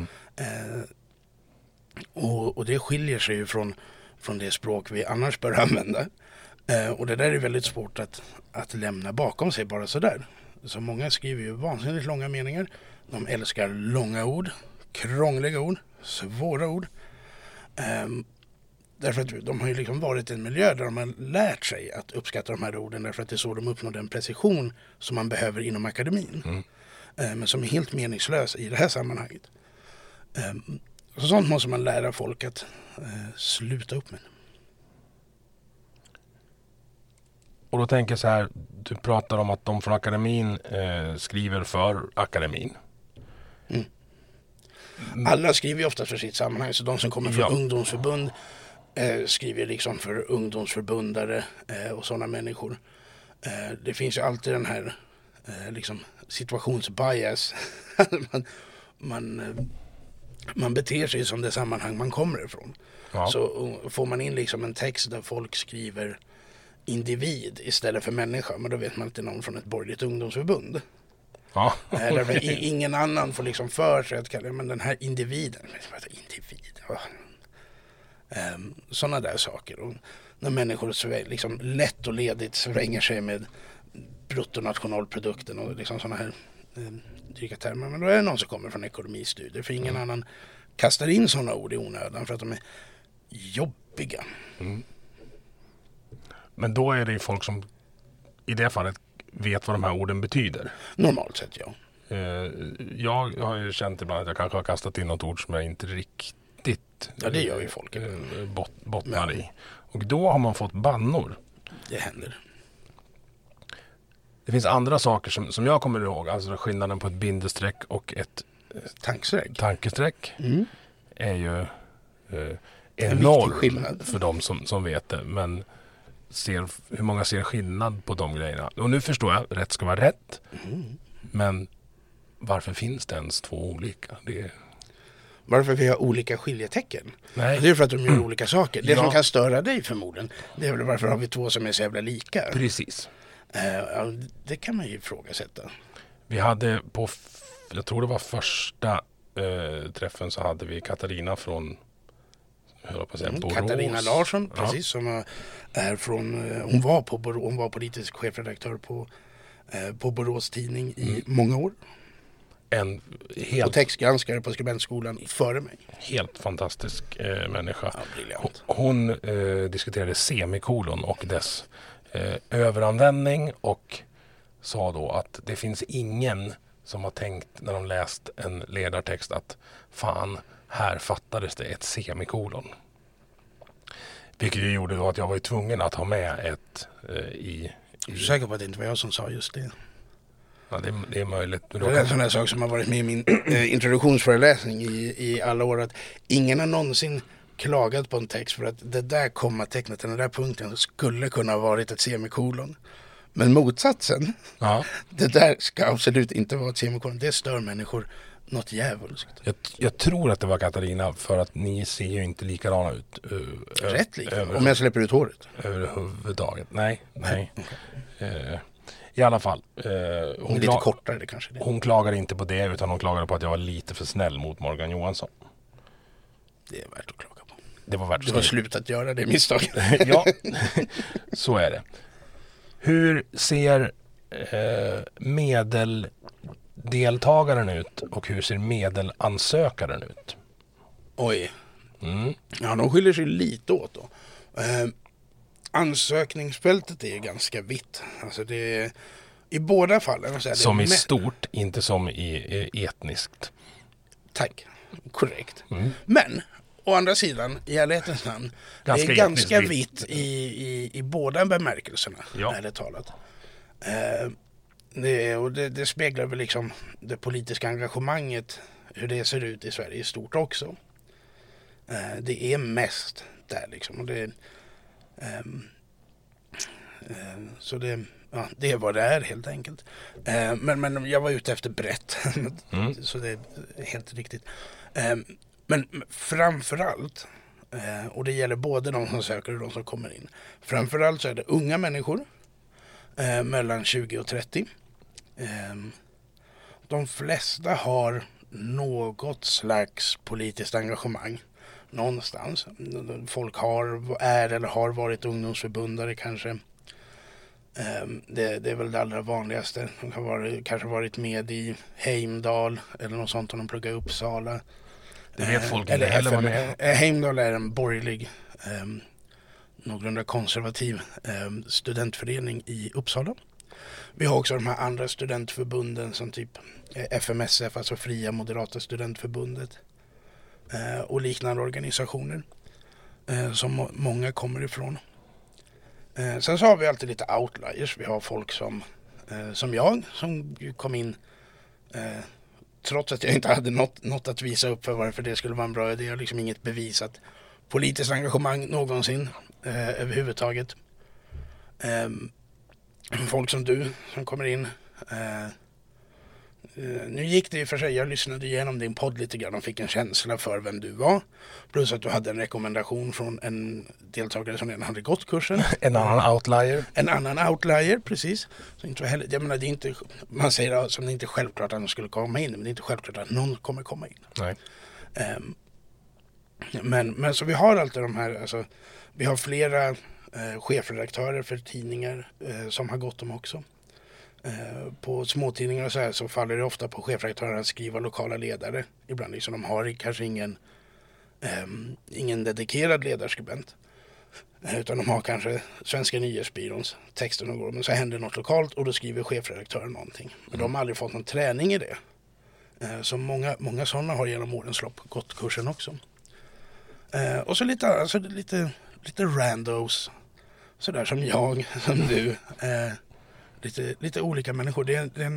Och det skiljer sig ju från det språk vi annars bör använda. Och det där är väldigt svårt att lämna bakom sig bara sådär. Så många skriver ju vansinnigt långa meningar. De älskar långa ord, krångliga ord, svåra ord. Därför att de har ju liksom varit i en miljö där de har lärt sig att uppskatta de här orden därför att det är så de uppnår den precision som man behöver inom akademin. Men som är helt meningslös i det här sammanhanget. Så sånt måste man lära folk att sluta upp med. Och då tänker jag så här, du pratar om att de från akademin skriver för akademin. Alla skriver ju ofta för sitt sammanhang, så de som kommer från ungdomsförbund skriver liksom för ungdomsförbundare och sådana människor. Det finns ju alltid den här liksom situationsbias. man beter sig som det sammanhang man kommer ifrån. Ja. Så får man in liksom en text där folk skriver individ istället för människa, men då vet man att det är någon från ett borgerligt ungdomsförbund. Ja. Därför ingen annan får liksom för sig att kalla men den här individen. Sådana där saker. Och när människor liksom lätt och ledigt svänger sig med bruttonationalprodukten och liksom sådana här dryga termer. Men då är det någon som kommer från ekonomistudier. För ingen annan kastar in sådana ord i onödan för att de är jobbiga. Mm. Men då är det ju folk som i det fallet vet vad de här orden betyder. Normalt sett, ja. Jag har ju känt ibland att jag kanske har kastat in något ord som jag inte riktigt det gör ju folk bottnar i. Och då har man fått bannor. Det händer. Det finns andra saker som jag kommer ihåg. Alltså skillnaden på ett bindestreck och ett tankestreck är ju enorm för de som vet det. Men hur många ser skillnad på de grejerna? Och nu förstår jag, rätt ska vara rätt. Men varför finns det ens två olika? Varför vi har olika skiljetecken? Nej. Det är för att de gör olika saker. Det som kan störa dig förmodligen, det är väl varför har vi två som är så jävla lika? Precis. Det kan man ju ifrågasätta. Vi hade jag tror det var första träffen, så hade vi Katarina från Borås. Katarina Larsson, precis, som är från, hon var politisk chefredaktör på Borås tidning i många år. Och textgranskare på skribentskolan före mig. Helt fantastisk människa. Ja, briljant. Hon diskuterade semikolon och dess överanvändning och sa då att det finns ingen som har tänkt när de läst en ledartext att fan, här fattades det ett semikolon. Vilket ju gjorde då att jag var tvungen att ha med ett i... Är du säker på att det inte var jag som sa just det? Ja, det är möjligt. Det är en sån här sak som har varit med i min introduktionsföreläsning i alla år, att ingen har någonsin klagat på en text för att det där kommatecknet, den där punkten skulle kunna ha varit ett semikolon. Men motsatsen, det där ska absolut inte vara ett semikolon. Det stör människor något jävulskt. Jag tror att det var Katarina, för att ni ser ju inte likadana ut. Rätt lika, om jag släpper ut håret. Överhuvudtaget. Nej. I alla fall. Hon lite kortare det kanske. Hon klagade inte på det, utan hon klagade på att jag var lite för snäll mot Morgan Johansson. Det är värt att klaga på. Det var värt. Du har slutat göra det misstag. Ja, så är det. Hur ser medeldeltagaren ut och hur ser medelansökaren ut? Oj. Ja, de skiljer sig lite åt då. Ansökningsfältet är ganska vitt. Alltså det är i båda fallen. Som i stort, inte som i etniskt. Tack, korrekt. Men å andra sidan, i ärlighetens namn, det är ganska vitt i båda bemärkelserna, ärligt talat. Det speglar väl liksom det politiska engagemanget, hur det ser ut i Sverige i stort också. Det är mest där liksom. Och så det är vad det är helt enkelt. Men jag var ute efter brett. Så det är helt riktigt. Men framförallt, och det gäller både de som söker och de som kommer in. Framförallt så är det unga människor mellan 20 och 30. De flesta har något slags politiskt engagemang någonstans. Folk är eller har varit ungdomsförbundare kanske. Det är väl det allra vanligaste. De har kanske varit med i Heimdal eller något sånt om de pluggar i Uppsala. Det vet folk inte heller vad det är. Heimdal är en borgerlig, någorlunda konservativ studentförening i Uppsala. Vi har också de här andra studentförbunden som typ FMSF, alltså Fria Moderata Studentförbundet, och liknande organisationer som många kommer ifrån. Sen så har vi alltid lite outliers. Vi har folk som jag, som kom in trots att jag inte hade något att visa upp för varför det skulle vara en bra idé. Jag har liksom inget bevisat politiskt engagemang någonsin överhuvudtaget. Folk som du som kommer in. Nu gick det ju för sig, jag lyssnade igenom din podd lite grann och fick en känsla för vem du var. Plus att du hade en rekommendation från en deltagare som redan hade gått kursen. En annan outlier. En annan outlier, precis. Så inte heller, jag menar, det är inte, man säger som det är inte självklart att de skulle komma in, men det är inte självklart att någon kommer komma in. Nej. Men så vi har alltid de här, alltså, vi har flera chefredaktörer för tidningar som har gått dem också. På småtidningar och så här så faller det ofta på chefredaktörer att skriva lokala ledare. Ibland liksom de har kanske ingen dedikerad ledarskribent. Utan de har kanske Svenska Nyhetsbyråns texter någon gång. Men så händer något lokalt och då skriver chefredaktören någonting. Men de har aldrig fått någon träning i det. Så många sådana har genom årens lopp gått kursen också. Och så lite randos. Sådär som jag, som du. Lite olika människor.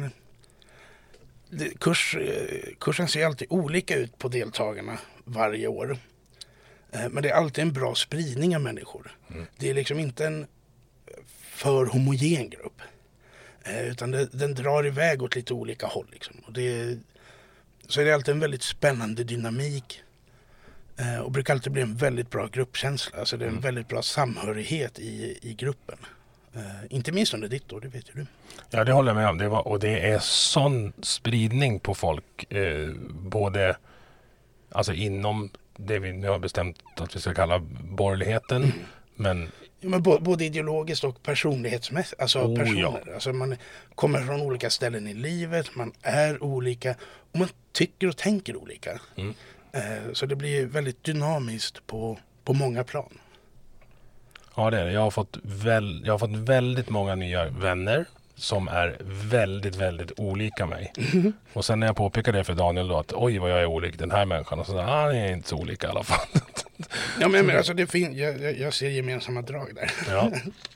Kursen ser alltid olika ut på deltagarna varje år. Men det är alltid en bra spridning av människor. Det är liksom inte en för homogen grupp. Utan den drar iväg åt lite olika håll. Liksom. Så är det alltid en väldigt spännande dynamik. Och brukar alltid bli en väldigt bra gruppkänsla. Alltså det är en väldigt bra samhörighet i gruppen. Inte minst under ditt år, det vet ju du. Ja, det håller jag med om. Och det är sån spridning på folk. Både alltså inom det vi nu har bestämt att vi ska kalla borgerligheten. Men både ideologiskt och personlighetsmässigt. Alltså personer. Ja. Alltså man kommer från olika ställen i livet. Man är olika. Och man tycker och tänker olika. Så det blir väldigt dynamiskt på många plan. Ja, det är det. Jag har fått väldigt många nya vänner som är väldigt, väldigt olika mig. Och sen när jag påpekar det för Daniel då att oj vad jag är olik den här människan och så han är inte så olika i alla fall. Ja, men alltså jag ser gemensamma drag där. Ja.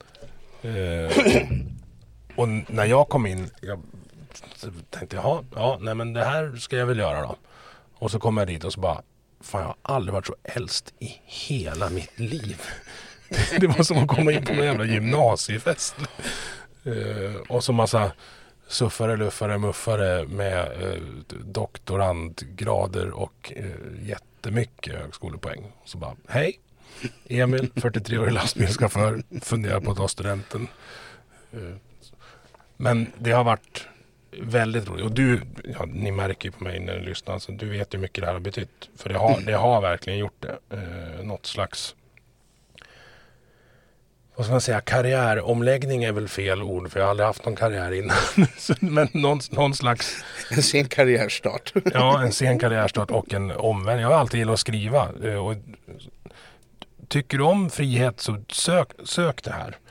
Och när jag kom in jag tänkte nej men det här ska jag väl göra då. Och så kom jag dit och så bara fan jag har aldrig varit så äldst i hela mitt liv. Det var som att komma in på en jävla gymnasiefest. Och så massa suffare, luffare, muffare med doktorandgrader och jättemycket högskolepoäng. Så bara, hej, Emil, 43-årig lastbilschaufför, funderar på att ta studenten. Men det har varit väldigt roligt. Och ni märker ju på mig när ni lyssnar, så du vet ju hur mycket det här har betytt. För det har verkligen gjort det. Något slags vad ska man säga, karriäromläggning är väl fel ord för jag har aldrig haft någon karriär innan. Men någon slags en sen karriärstart. Ja, en sen karriärstart och en omvändning. Jag har alltid gillat att skriva. Och tycker du om frihet så sök det här.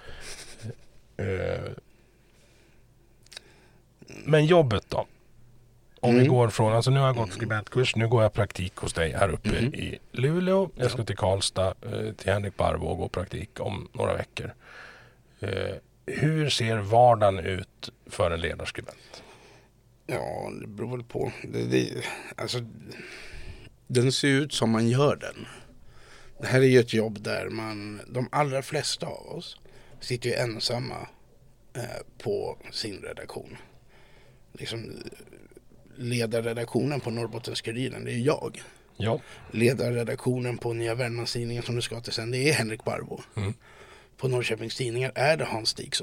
Men jobbet då? Om vi går från, alltså nu har jag gått skribentkurs, nu går jag praktik hos dig här uppe i Luleå. Jag ska till Karlstad, till Henrik Barbo och gå praktik om några veckor. Hur ser vardagen ut för en ledarskribent? Ja, det beror väl på. Alltså, den ser ut som man gör den. Det här är ju ett jobb där de allra flesta av oss sitter ju ensamma på sin redaktion. Liksom ledarredaktionen på Norrbottens-Kuriren, det är jag. Ja. Ledarredaktionen på Nya Värmlandstidningen som du ska till sen, det är Henrik Barbo. På Norrköpings tidningar är det Hans Stigson.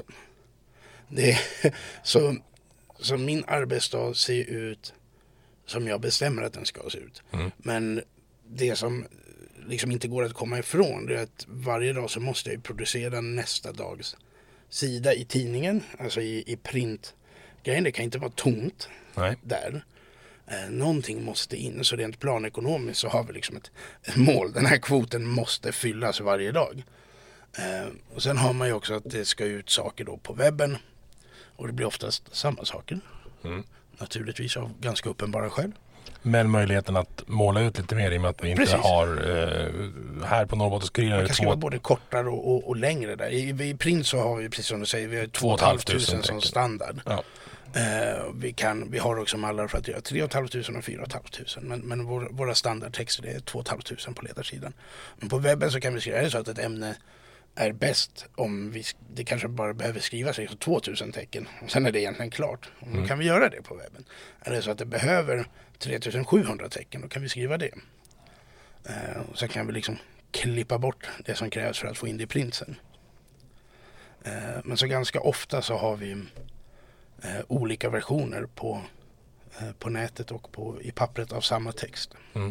Så min arbetsdag ser ut som jag bestämmer att den ska se ut. Men det som liksom inte går att komma ifrån, det är att varje dag så måste jag producera nästa dags sida i tidningen, alltså i print. Det kan inte vara tomt. Nej. Där. Någonting måste in, så rent planekonomiskt så har vi liksom ett mål. Den här kvoten måste fyllas varje dag. Och sen har man ju också att det ska ut saker då på webben. Och det blir oftast samma saker. Naturligtvis av ganska uppenbara skäl. Men möjligheten att måla ut lite mer i och med att vi inte har här på Norrbottens-Kuriren. Man kan skriva både kortare och längre där. I print så har vi, precis som du säger, vi har 2 500 som standard. Ja. Vi har också mallar för att göra 3 500 och 4 500. Men våra standardtexter är 2 500 på ledarsidan. Men på webben så kan vi skriva, är det så att ett ämne är bäst om det kanske bara behöver skrivas 2000 tecken. Och sen är det egentligen klart. Och då kan vi göra det på webben. Är det så att det behöver 3700 tecken, då kan vi skriva det. Och sen kan vi liksom klippa bort det som krävs för att få in det i printsen. Men så ganska ofta så har vi olika versioner på nätet och i pappret av samma text. Mm.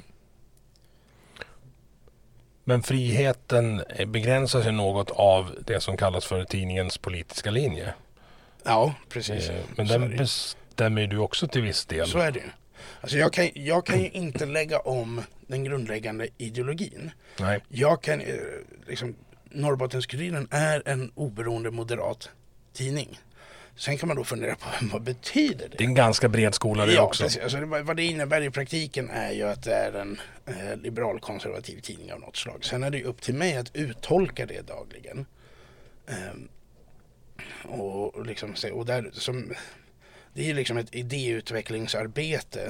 Men friheten begränsar sig något av det som kallas för tidningens politiska linje. Ja, precis. Men den bestämmer du också till viss del. Så är det ju. Alltså jag kan ju inte lägga om den grundläggande ideologin. Nej. Jag kan Norrbottens-Kuriren är en oberoende moderat tidning. Sen kan man då fundera på vad betyder det? Det är en ganska bred skola det också. Precis. Alltså vad det innebär i praktiken är ju att det är en liberal-konservativ tidning av något slag. Sen är det ju upp till mig att uttolka det dagligen. Det är ju liksom ett idéutvecklingsarbete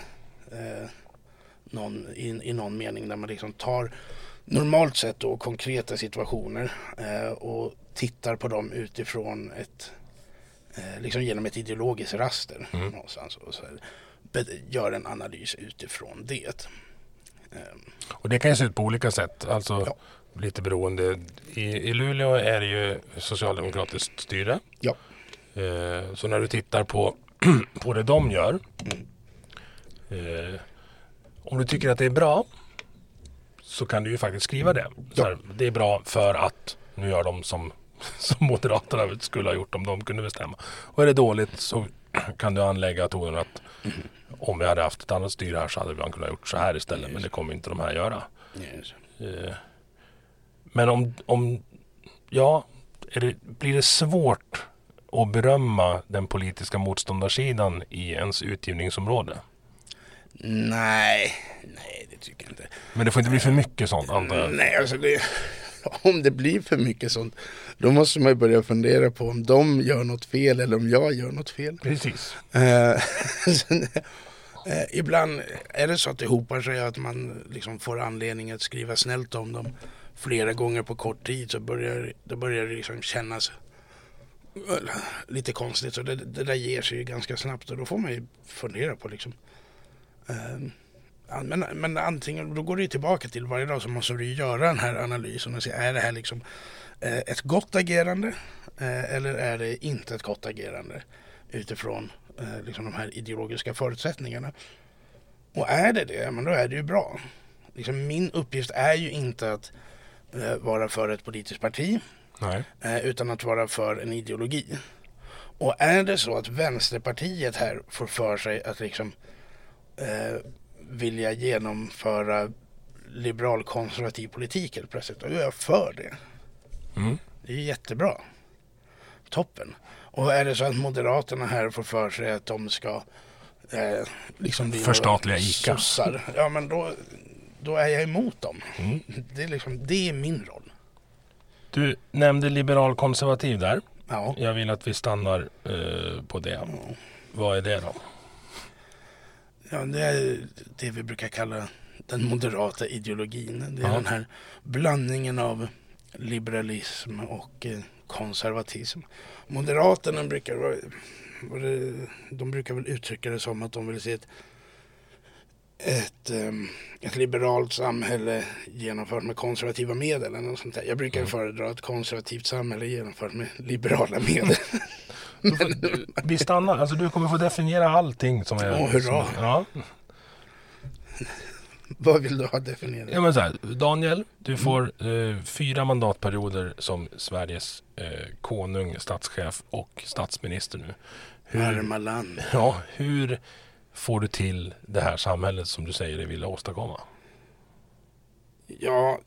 i någon mening där man liksom tar normalt sett då konkreta situationer och tittar på dem utifrån genom ett ideologiskt raster någonstans och så gör en analys utifrån det. Och det kan ju se ut på olika sätt, alltså lite beroende. I Luleå är det ju socialdemokratiskt styre. Ja. Så när du tittar på det de gör, om du tycker att det är bra så kan du ju faktiskt skriva det. Så här, det är bra för att nu gör de som Moderaterna skulle ha gjort om de kunde bestämma. Och är det dåligt så kan du anlägga tonen att om vi hade haft ett annat styre här så hade vi kunnat gjort så här istället. Men det kommer inte de här göra. Men blir det svårt att berömma den politiska motståndarsidan i ens utgivningsområde? Nej, det tycker jag inte. Men det får inte bli för mycket sånt, antar jag? Nej, alltså om det blir för mycket sånt, då måste man ju börja fundera på om de gör något fel eller om jag gör något fel. Precis. Ibland är det så att det hopar sig att man liksom får anledning att skriva snällt om dem flera gånger på kort tid, så börjar det liksom kännas lite konstigt. Så det där ger sig ju ganska snabbt och då får man ju fundera på liksom. Men antingen, då går det ju tillbaka till varje dag så måste du göra den här analysen och se, är det här liksom ett gott agerande eller är det inte ett gott agerande utifrån liksom de här ideologiska förutsättningarna. Och är det, men då är det ju bra. Liksom, min uppgift är ju inte att vara för ett politiskt parti. Nej. Utan att vara för en ideologi. Och är det så att Vänsterpartiet här får för sig att liksom vilja genomföra liberal-konservativ politik helt plötsligt, då är jag för det. Det är jättebra. Toppen. Och är det så att Moderaterna här får för sig att de ska liksom bli förstatliga ICA. Sossar, ja men då är jag emot dem. Det är min roll. Du nämnde liberal-konservativ där. Ja. Jag vill att vi stannar på det. Ja. Vad är det då? Ja, det är det vi brukar kalla den moderata ideologin. Det är den här blandningen av liberalism och konservatism. Moderaterna brukar väl uttrycka det som att de vill se ett liberalt samhälle genomfört med konservativa medel eller något sånt där. Jag brukar föredra ett konservativt samhälle genomfört med liberala medel. Vi stannar, alltså du kommer få definiera allting som är... hurra! Ja. Vad vill du ha definierat? Ja, men så här, Daniel, du får 4 mandatperioder som Sveriges konung, statschef och statsminister nu. Arma land. Ja, hur får du till det här samhället som du säger dig vilja åstadkomma? Ja,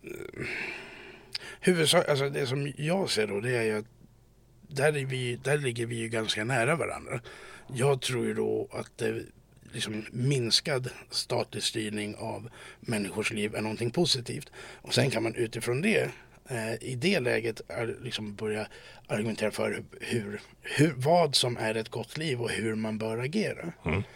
alltså det som jag ser då, det är ju att där ligger vi ju ganska nära varandra. Jag tror ju då att det liksom minskad statlig styrning av människors liv är någonting positivt. Och sen kan man utifrån det i det läget liksom börja argumentera för vad som är ett gott liv och hur man bör agera.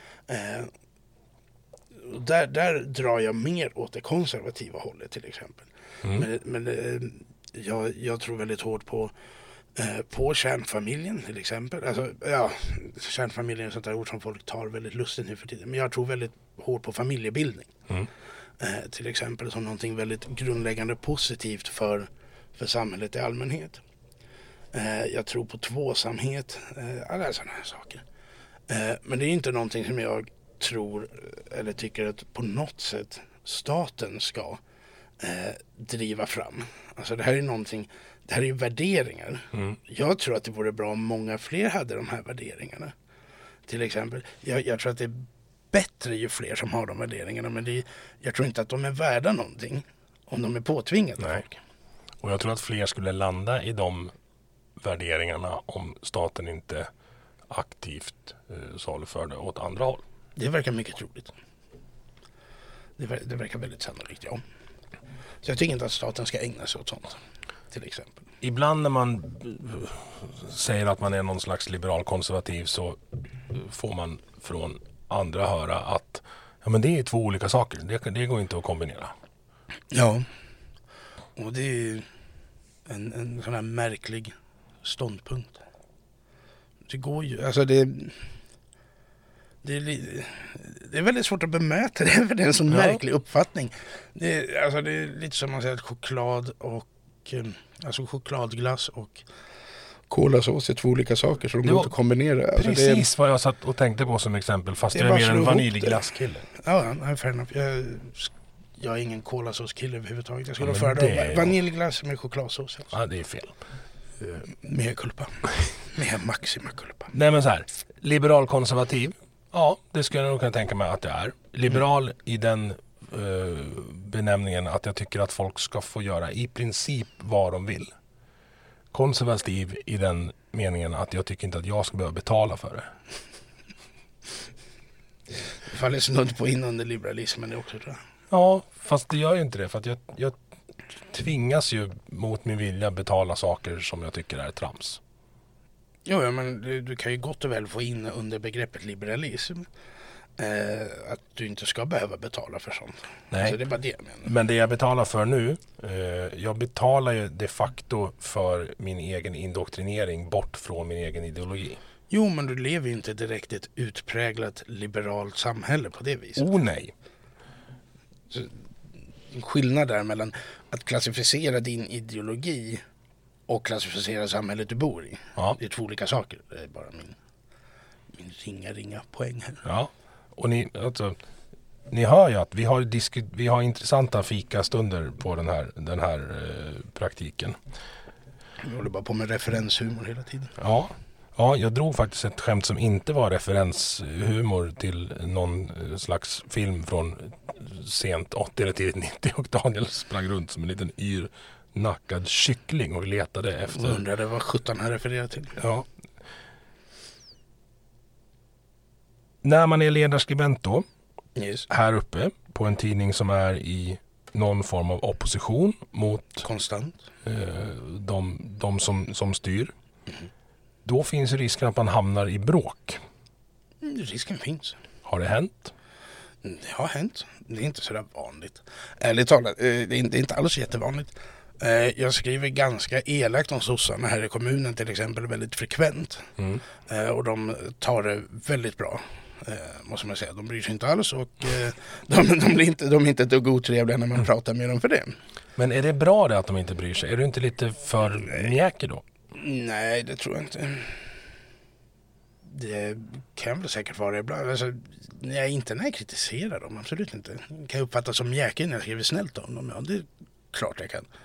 Där drar jag mer åt det konservativa hållet till exempel. Men jag tror väldigt hårt på kärnfamiljen till exempel. Alltså, kärnfamiljen är sånt där ord som folk tar väldigt lustigt nu för tiden. Men jag tror väldigt hårt på familjebildning. Till exempel som någonting väldigt grundläggande positivt för samhället i allmänhet. Jag tror på tvåsamhet, alla sådana här saker. Men det är inte någonting som jag tror eller tycker att på något sätt staten ska driva fram. Alltså det här är ju värderingar. Jag tror att det vore bra om många fler hade de här värderingarna. Till exempel, jag tror att det är bättre ju fler som har de värderingarna, men jag tror inte att de är värda någonting om de är påtvingade. Nej. Och jag tror att fler skulle landa i de värderingarna om staten inte aktivt saluför det åt andra håll. Det verkar mycket troligt. Det verkar väldigt sannolikt, ja. Så jag tycker inte att staten ska ägna sig åt sånt, till exempel. Ibland när man säger att man är någon slags liberal-konservativ så får man från andra höra att men det är två olika saker. Det går inte att kombinera. Ja, och det är en sån här märklig ståndpunkt. Det går ju, alltså det är väldigt svårt att bemöta det, för det är en sån märklig uppfattning. Det är lite som man säger att chokladglass och kolasås är två olika saker så de går inte att kombinera. Alltså precis vad jag satt och tänkte på som exempel, fast jag är mer en vaniljglasskille. Ja, fair enough. Jag är ingen kolasåskille överhuvudtaget. Jag skulle föredra vaniljglass med chokladsås. Alltså. Ja, det är fel. Med kulpa. Med maxima kulpa. Nej, men så här. Liberal-konservativ. Ja, det skulle jag nog kunna tänka mig att det är. Liberal i den benämningen att jag tycker att folk ska få göra i princip vad de vill. Konservativ i den meningen att jag tycker inte att jag ska behöva betala för det. Det faller snudd på in under liberalismen det också, tror jag. Ja, fast det gör ju inte det. För att jag tvingas ju mot min vilja betala saker som jag tycker är trams. Jo, men du kan ju gott och väl få in under begreppet liberalism att du inte ska behöva betala för sånt. Nej, alltså, det är bara det jag menar. Men det jag betalar för nu, jag betalar ju de facto för min egen indoktrinering bort från min egen ideologi. Jo, men du lever ju inte direkt i ett utpräglat liberalt samhälle på det viset. Oh nej. Så, en skillnad där mellan att klassificera din ideologi och klassificera samhället du bor i. Ja. Det är två olika saker. Det är bara min ringa poäng här. Ja, och ni hör ju att vi har intressanta fikastunder på den här praktiken. Vi håller bara på med referenshumor hela tiden. Ja, jag drog faktiskt ett skämt som inte var referenshumor till någon slags film från sent 80 eller tidigt 90 och Daniel sprang runt som en liten nackad kyckling och letade efter. Jag undrade vad 17 här refererar till. Ja. När man är ledarskribent då, här uppe på en tidning som är i någon form av opposition mot konstant de som styr, då finns risken att man hamnar i bråk. Risken finns. Har det hänt? Det har hänt. Det är inte så där vanligt. Ärligt talat, det är inte alls jättevanligt. Jag skriver ganska elakt om sossarna här i kommunen till exempel väldigt frekvent. Och de tar det väldigt bra, måste man säga. De bryr sig inte alls och de är inte ett dugg otrevliga när man pratar med dem för det. Men är det bra det att de inte bryr sig? Är du inte lite för mjäkig då? Nej, det tror jag inte. Det kan väl säkert vara ibland. Alltså, inte när jag kritiserar dem, absolut inte. Jag kan uppfatta som mjäkig när jag skriver snällt om dem. Ja, det är klart jag kan.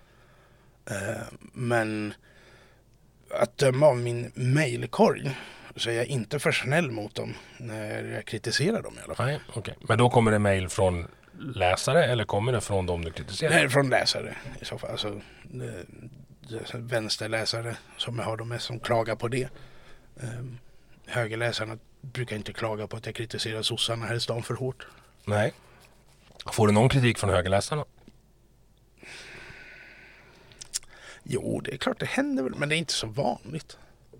Men att döma av min mejlkorg så är jag inte för snäll mot dem när jag kritiserar dem i alla fall. Nej, okay. Men då kommer det mejl från läsare eller kommer det från dem du kritiserar? Nej, från läsare i så fall. Alltså, vänsterläsare som jag har de mest som klagar på det. Högerläsarna brukar inte klaga på att jag kritiserar sossarna här i stan för hårt. Nej. Får du någon kritik från högerläsarna? Jo, det är klart det händer väl, men det är inte så vanligt.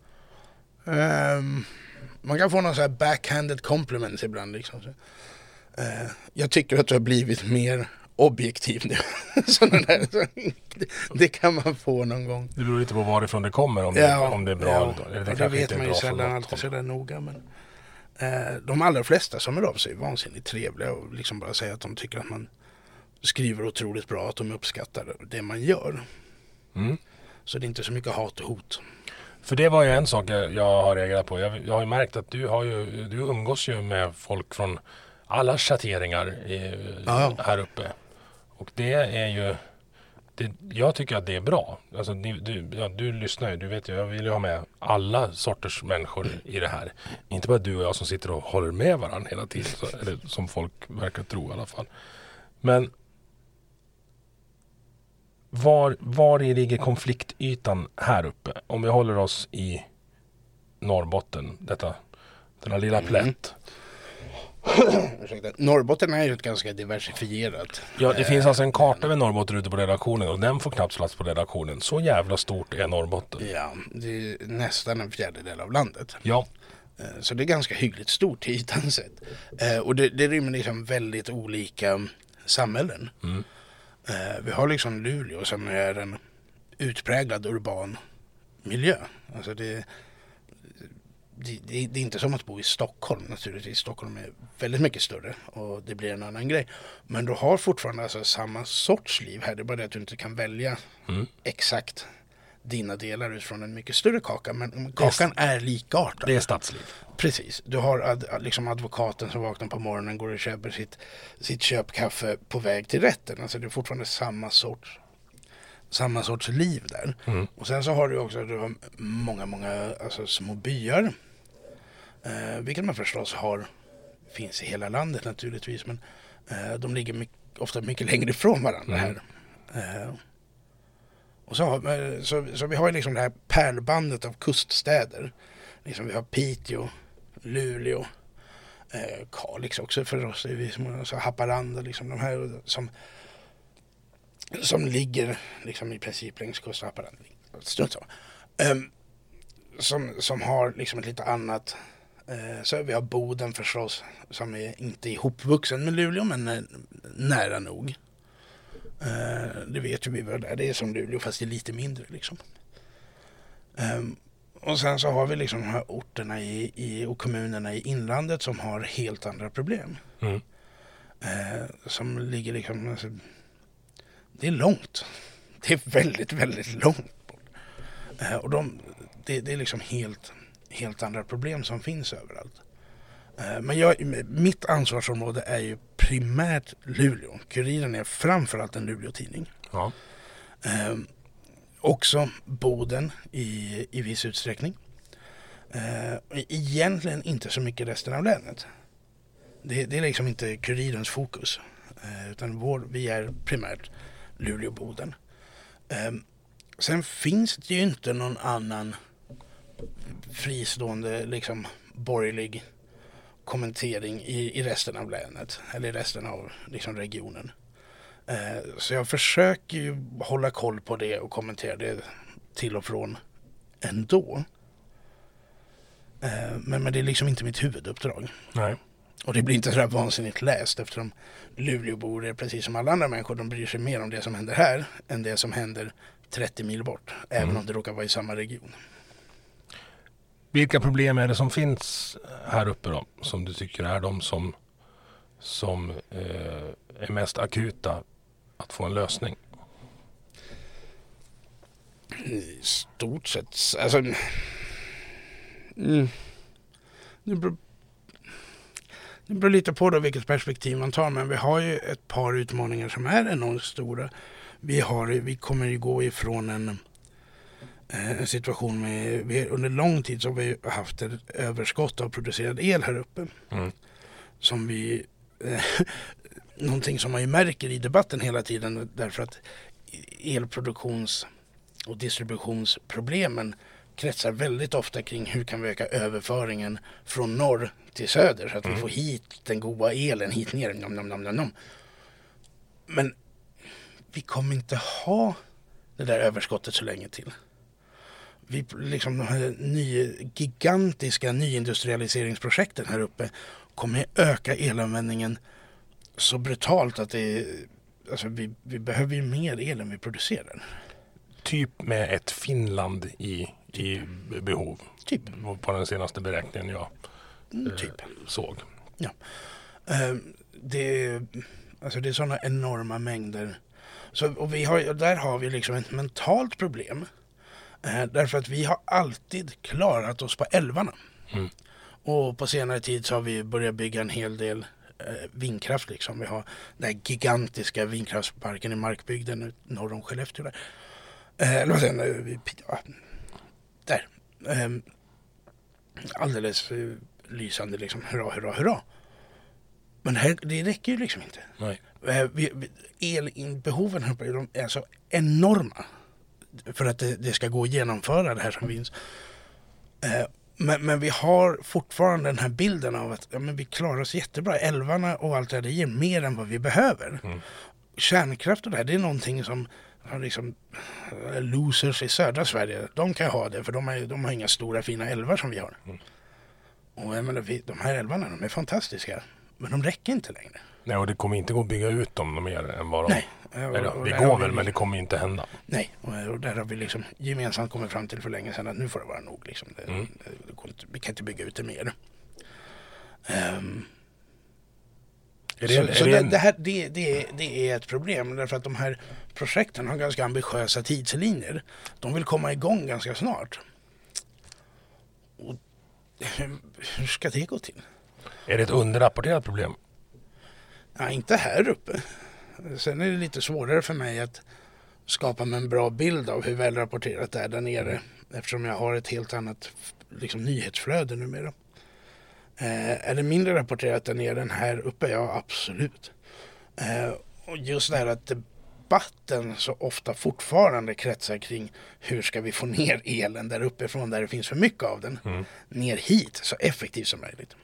Man kan få någon så här backhanded compliments ibland liksom. Jag tycker att du har blivit mer objektiv nu. Det kan man få någon gång. Det beror lite på varifrån det kommer, om det är bra eller dåligt. Det vet man ju sällan alltid sådär noga. Men de allra flesta som är av sig är vansinnigt trevliga och liksom bara säger att de tycker att man skriver otroligt bra, att de uppskattar det man gör. Så det är inte så mycket hat och hot. För det var ju en sak jag har reagerat på. Jag har ju märkt att du umgås ju med folk från alla schatteringar här uppe. Och det är ju... jag tycker att det är bra. Alltså, du lyssnar ju, du vet ju, jag vill ju ha med alla sorters människor i det här. Inte bara du och jag som sitter och håller med varandra hela tiden. Eller som folk verkar tro i alla fall. Men var i ligger konfliktytan här uppe? Om vi håller oss i Norrbotten, denna lilla plätt. Norrbotten är ju ett ganska diversifierat. Ja, det finns alltså en karta med Norrbotten ute på redaktionen och den får knappt plats på redaktionen. Så jävla stort är Norrbotten. Ja, det är nästan en fjärdedel av landet. Ja. Så det är ganska hyggligt stort till ytan sett. Och det rymmer liksom väldigt olika samhällen. Vi har liksom Luleå som är en utpräglad urban miljö. Alltså det är inte som att bo i Stockholm naturligtvis. Stockholm är väldigt mycket större och det blir en annan grej. Men du har fortfarande alltså samma sorts liv här. Det är bara det att du inte kan välja exakt dina delar utifrån en mycket större kaka. Men kakan är likartad. Det är stadsliv. Precis. Du har liksom advokaten som vaknar på morgonen, går och köper sitt köpkaffe på väg till rätten. Alltså det är fortfarande samma sorts liv där. Och sen så har du också många alltså, små byar. Vilket man förstås finns i hela landet naturligtvis. Men de ligger ofta mycket längre ifrån varandra här. Och så vi har liksom det här pärlbandet av kuststäder. Liksom vi har Piteå, Luleå, Kalix också för oss. Så Haparanda, liksom de här som ligger liksom i princip längs kusten. Haparanda. Strunt så. Som har liksom ett lite annat. Så vi har Boden förstås som är inte ihopvuxen med Luleå men nära nog. Det vet ju vi vad det är som Luleå fast det är lite mindre liksom. Och sen så har vi liksom de här orterna och kommunerna i inlandet som har helt andra problem. Som ligger liksom alltså, det är långt. Det är väldigt, väldigt långt bort. Och det är liksom helt andra problem som finns överallt. Men mitt ansvarsområde är ju primärt Luleå. Kuriren är framförallt en Luleå-tidning. Ja. Också Boden i viss utsträckning. Egentligen inte så mycket resten av länet. Det är liksom inte Kurirens fokus. Utan vi är primärt Luleå-Boden. Sen finns det ju inte någon annan fristående liksom borgerlig kommentering i resten av länet eller i resten av liksom regionen. Så jag försöker ju hålla koll på det och kommentera det till och från ändå. Men det är liksom inte mitt huvuduppdrag. Nej. Och det blir inte så där vansinnigt läst eftersom Luleåbor är precis som alla andra människor. De bryr sig mer om det som händer här än det som händer 30 mil bort. Även om det råkar vara i samma region. Vilka problem är det som finns här uppe då? Som du tycker är de som är mest akuta att få en lösning? I stort sett. Alltså, det beror lite på då vilket perspektiv man tar. Men vi har ju ett par utmaningar som är enormt stora. Vi kommer ju gå ifrån en situation med under lång tid så har vi haft ett överskott av producerad el här uppe. Som vi någonting som man ju märker i debatten hela tiden därför att elproduktions- och distributionsproblemen kretsar väldigt ofta kring hur kan vi öka överföringen från norr till söder så att vi får hit den goda elen hit ner. Men vi kommer inte ha det där överskottet så länge till. Vi liksom de här gigantiska nyindustrialiseringsprojekten här uppe kommer öka elanvändningen så brutalt att alltså vi behöver ju mer el än vi producerar. Typ med ett Finland i behov. Typ. På den senaste beräkningen jag såg. Ja. Det är sådana enorma mängder. Och där har vi liksom ett mentalt problem. Därför att vi har alltid klarat oss på älvarna. Mm. Och på senare tid så har vi börjat bygga en hel del vindkraft liksom. Vi har den här gigantiska vindkraftsparken i Markbygden norr om Skellefteå där. Där. Alldeles lysande liksom. Hurra. Men det räcker ju liksom inte. Nej. Elbehoven är så enorma för att det ska gå att genomföra det här som finns. Men vi har fortfarande den här bilden av att vi klarar oss jättebra. Älvarna och allt det ger mer än vad vi behöver. Mm. Kärnkraft och det är någonting som liksom, losers i södra Sverige, de kan ha det för de har inga stora fina älvar som vi har. Mm. Och jag menar, de här älvarna, de är fantastiska. Men de räcker inte längre. Nej, och det kommer inte gå att bygga ut dem mer än vad de... Nej. Det går väl, men det kommer inte hända. Nej, och där har vi liksom gemensamt kommit fram till för länge sedan att nu får det vara nog. Liksom. Vi kan inte bygga ut det mer. Det är ett problem därför att de här projekten har ganska ambitiösa tidslinjer. De vill komma igång ganska snart. Och hur ska det gå till? Är det ett underrapporterat problem? Ja, inte här uppe. Sen är det lite svårare för mig att skapa mig en bra bild av hur välrapporterat det är där nere. Eftersom jag har ett helt annat liksom, nyhetsflöde numera. Är det mindre rapporterat där nere än här uppe? Ja, absolut. Och just det här att debatten så ofta fortfarande kretsar kring hur ska vi få ner elen där uppifrån där det finns för mycket av den. Ner hit så effektivt som möjligt.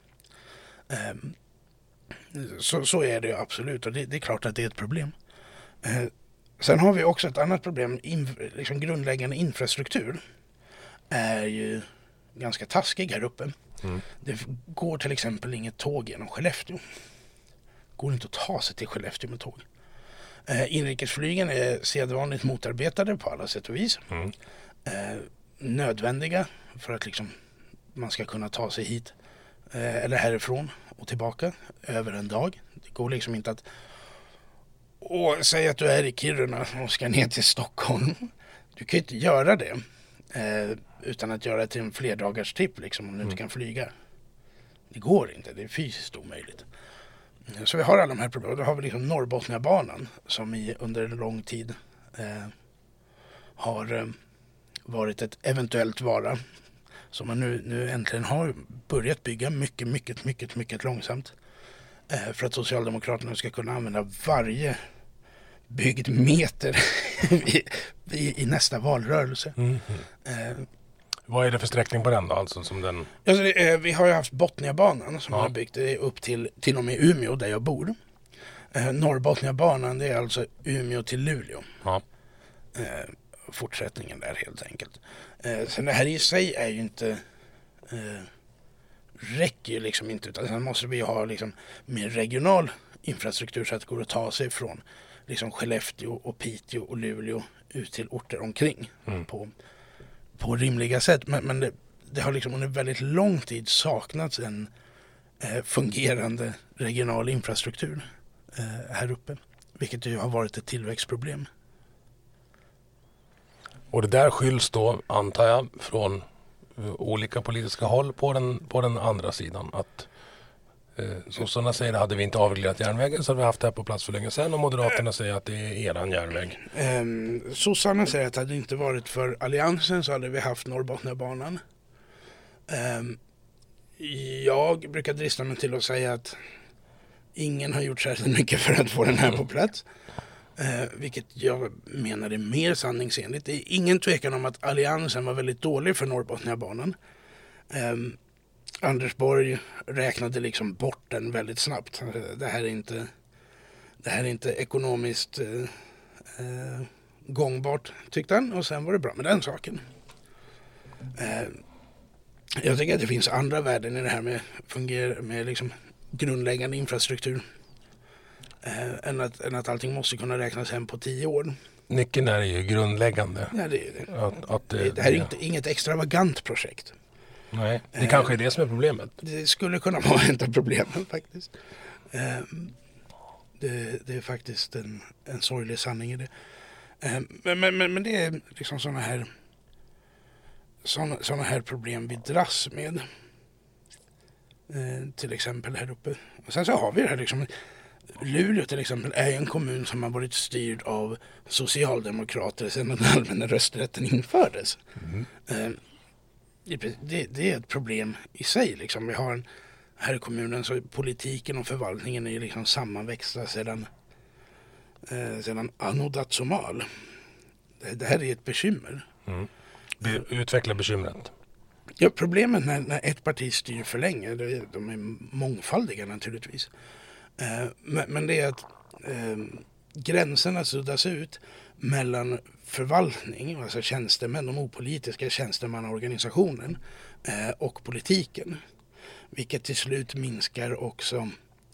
Så är det ju absolut och det är klart att det är ett problem. Sen har vi också ett annat problem. Liksom grundläggande infrastruktur är ju ganska taskig här uppe. Det går till exempel inget tåg genom Skellefteå. Går inte att ta sig till Skellefteå med tåg. Inrikesflygen är sedvanligt motarbetade på alla sätt och vis. Nödvändiga för att liksom man ska kunna ta sig hit eller härifrån och tillbaka över en dag. Det går liksom inte att säga att du är i Kiruna och ska ner till Stockholm. Du kan ju inte göra det utan att göra det till en flerdagars trip liksom, om du inte kan flyga. Det går inte, det är fysiskt omöjligt. Så vi har alla de här problemen. Då har vi liksom Norrbotniabanan som under en lång tid har varit ett eventuellt vara som man nu äntligen har börjat bygga mycket långsamt för att Socialdemokraterna ska kunna använda varje byggd meter i nästa valrörelse. Vad är det för sträckning på den då? Alltså, som den... Alltså vi har ju haft Botniabanan som har byggt upp till och med Umeå där jag bor. Norrbotniabanan det är alltså Umeå till Luleå. Ja. Fortsättningen där helt enkelt. Sen det här i sig är ju inte räcker ju liksom inte utan sen måste vi ha liksom mer regional infrastruktur så att det går att ta sig från liksom Skellefteå och Piteå och Luleå ut till orter omkring på rimliga sätt. Men det har liksom under väldigt lång tid saknats en fungerande regional infrastruktur här uppe. Vilket ju har varit ett tillväxtproblem. Och det där skylls då, antar jag, från olika politiska håll på den andra sidan. Att sossarna säger att hade vi inte avreglerat järnvägen så hade vi haft det här på plats för länge sedan. Och Moderaterna säger att det är eran järnväg. Sossarna säger att hade det inte varit för alliansen så hade vi haft Norrbotniabanan. Jag brukar drista mig till att säga att ingen har gjort särskilt mycket för att få den här på plats. Vilket jag menar är mer sanningsenligt. Det är ingen tvekan om att alliansen var väldigt dålig för Norrbotniabanan. Anders Borg räknade liksom bort den väldigt snabbt. Det här är inte ekonomiskt gångbart, tyckte han. Och sen var det bra med den saken. Jag tycker att det finns andra värden i det här med liksom grundläggande infrastruktur. Än att allting måste kunna räknas hem på 10 år. Nyckeln är ju grundläggande. Ja, det är det. Det här är inget extravagant projekt. Nej, det kanske är det som är problemet. Det skulle kunna vara ett av problemen faktiskt. Det är faktiskt en sorglig sanning i det. Men det är liksom sådana här problem vi dras med. Till exempel här uppe. Och sen så har vi det här liksom. Luleå till exempel är en kommun som har varit styrd av socialdemokrater sedan den allmänna rösträtten infördes. Det är ett problem i sig. Liksom. Vi har här i kommunen så politiken och förvaltningen är liksom sammanväxta sedan anno dazumal. Det här är ett bekymmer. Utveckla bekymret. Ja, problemet när ett parti styr för länge, de är mångfaldiga naturligtvis. Men det är att gränserna suddas ut mellan förvaltning, alltså tjänstemän, de opolitiska tjänstemannaorganisationen och politiken. Vilket till slut minskar också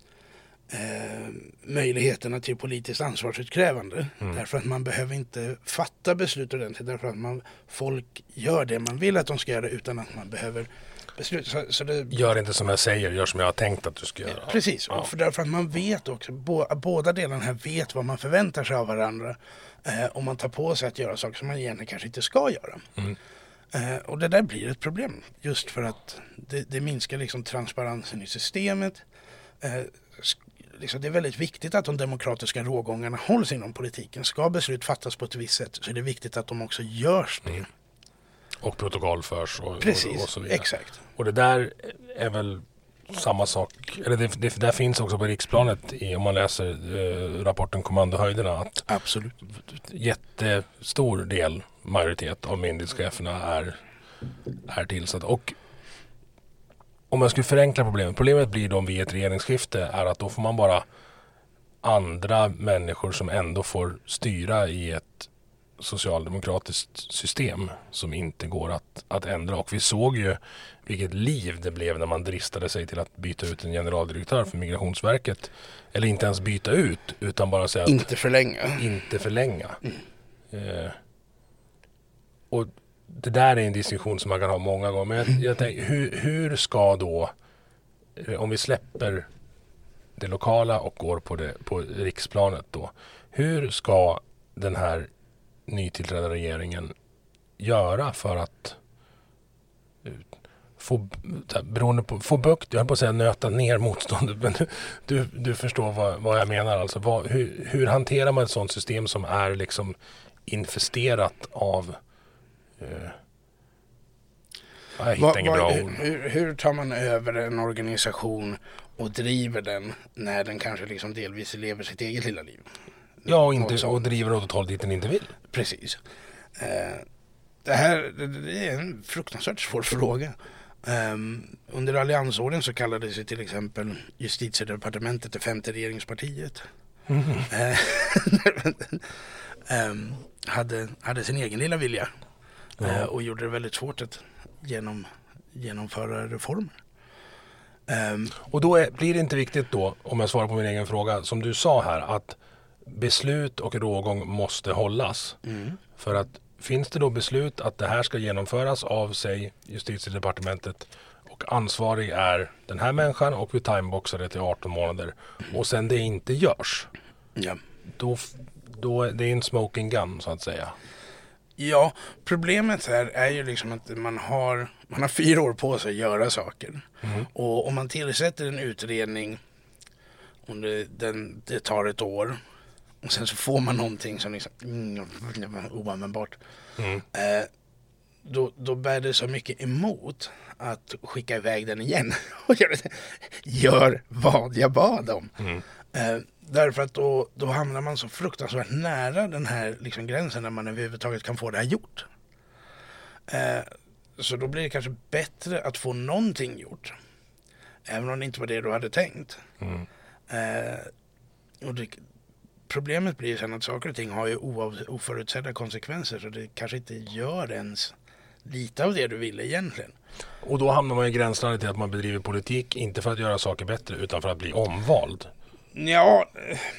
möjligheterna till politiskt ansvarsutkrävande. Därför att man behöver inte fatta beslut ordentligt, därför att folk gör det man vill att de ska göra utan att man behöver besluta. Gör inte som jag säger, gör som jag har tänkt att du ska göra. Precis, och därför att man vet också, båda delarna här vet vad man förväntar sig av varandra om man tar på sig att göra saker som man egentligen kanske inte ska göra. Och det där blir ett problem, just för att det minskar liksom transparensen i systemet. Liksom det är väldigt viktigt att de demokratiska rågångarna hålls inom politiken. Ska beslut fattas på ett visst sätt så är det viktigt att de också görs det. Och protokoll förs och så vidare. Exakt. Och det där är väl samma sak, eller det där finns också på riksplanet om man läser rapporten Kommandohöjderna att absolut jättestor majoritet av myndighetscheferna är tillsatt. Och om jag skulle förenkla problemet blir då vid ett regeringsskifte är att då får man bara andra människor som ändå får styra i ett socialdemokratiskt system som inte går att ändra. Och vi såg ju vilket liv det blev när man dristade sig till att byta ut en generaldirektör för Migrationsverket. Eller inte ens byta ut, utan bara säga att inte förlänga. Och det där är en diskussion som man kan ha många gånger. Men jag tänker, hur ska då, om vi släpper det lokala och går på riksplanet då, hur ska den här nytillträdda regeringen göra för att få bukt, jag höll på att säga nöta ner motståndet, men du förstår vad jag menar. Alltså, hur hanterar man ett sådant system som är liksom infesterat av jag hittar inga bra ord. Hur tar man över en organisation och driver den när den kanske liksom delvis lever sitt eget lilla liv? Ja, och driver åt ett håll dit den inte vill. Precis. Det är en fruktansvärt svår fråga. Under alliansåren så kallades det till exempel Justitiedepartementet det femte regeringspartiet. Hade sin egen lilla vilja och gjorde det väldigt svårt att genomföra reformer. Och då blir det inte viktigt då, om jag svarar på min egen fråga, som du sa här, att beslut och rågång måste hållas. För att finns det då beslut att det här ska genomföras av sig Justitiedepartementet och ansvarig är den här människan och vi timeboxar det till 18 månader och sen det inte görs, då det är en smoking gun så att säga. Ja, problemet här är ju liksom att man har 4 år på sig att göra saker. Och om man tillsätter en utredning och det tar ett år och sen så får man någonting som liksom oanvändbart. Då bär det så mycket emot att skicka iväg den igen och gör vad jag bad om. Därför att då hamnar man så fruktansvärt nära den här liksom gränsen där man överhuvudtaget kan få det här gjort. Så då blir det kanske bättre att få någonting gjort. Även om det inte var det du hade tänkt. Och problemet blir sen att saker och ting har ju oförutsedda konsekvenser, så det kanske inte gör ens lite av det du ville egentligen. Och då hamnar man i gränslandet till att man bedriver politik inte för att göra saker bättre utan för att bli omvald. Ja,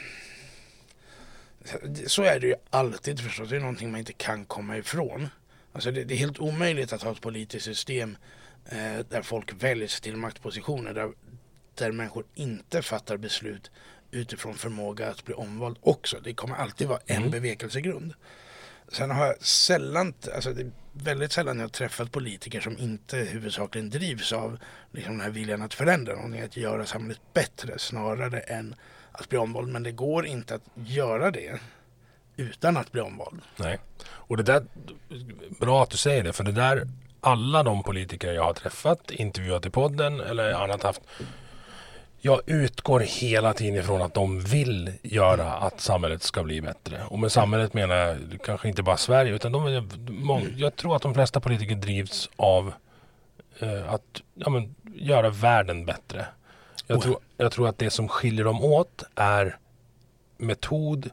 så är det ju alltid förstås. Det är någonting man inte kan komma ifrån. Alltså det är helt omöjligt att ha ett politiskt system där folk väljs till maktpositioner, där människor inte fattar beslut utifrån förmåga att bli omvald också. Det kommer alltid vara en bevekelsegrund. Sen har jag sällan, alltså det är väldigt sällan jag har träffat politiker som inte huvudsakligen drivs av liksom den här viljan att förändra någonting, att göra samhället bättre snarare än att bli omvald. Men det går inte att göra det utan att bli omvald. Nej, och det där, bra att du säger det, för det där, alla de politiker jag har träffat, intervjuat i podden eller annat haft, jag utgår hela tiden ifrån att de vill göra att samhället ska bli bättre. Och med samhället menar jag kanske inte bara Sverige, utan jag tror att de flesta politiker drivs av att göra världen bättre. Jag tror att det som skiljer dem åt är metod,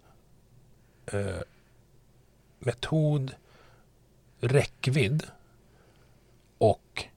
räckvidd och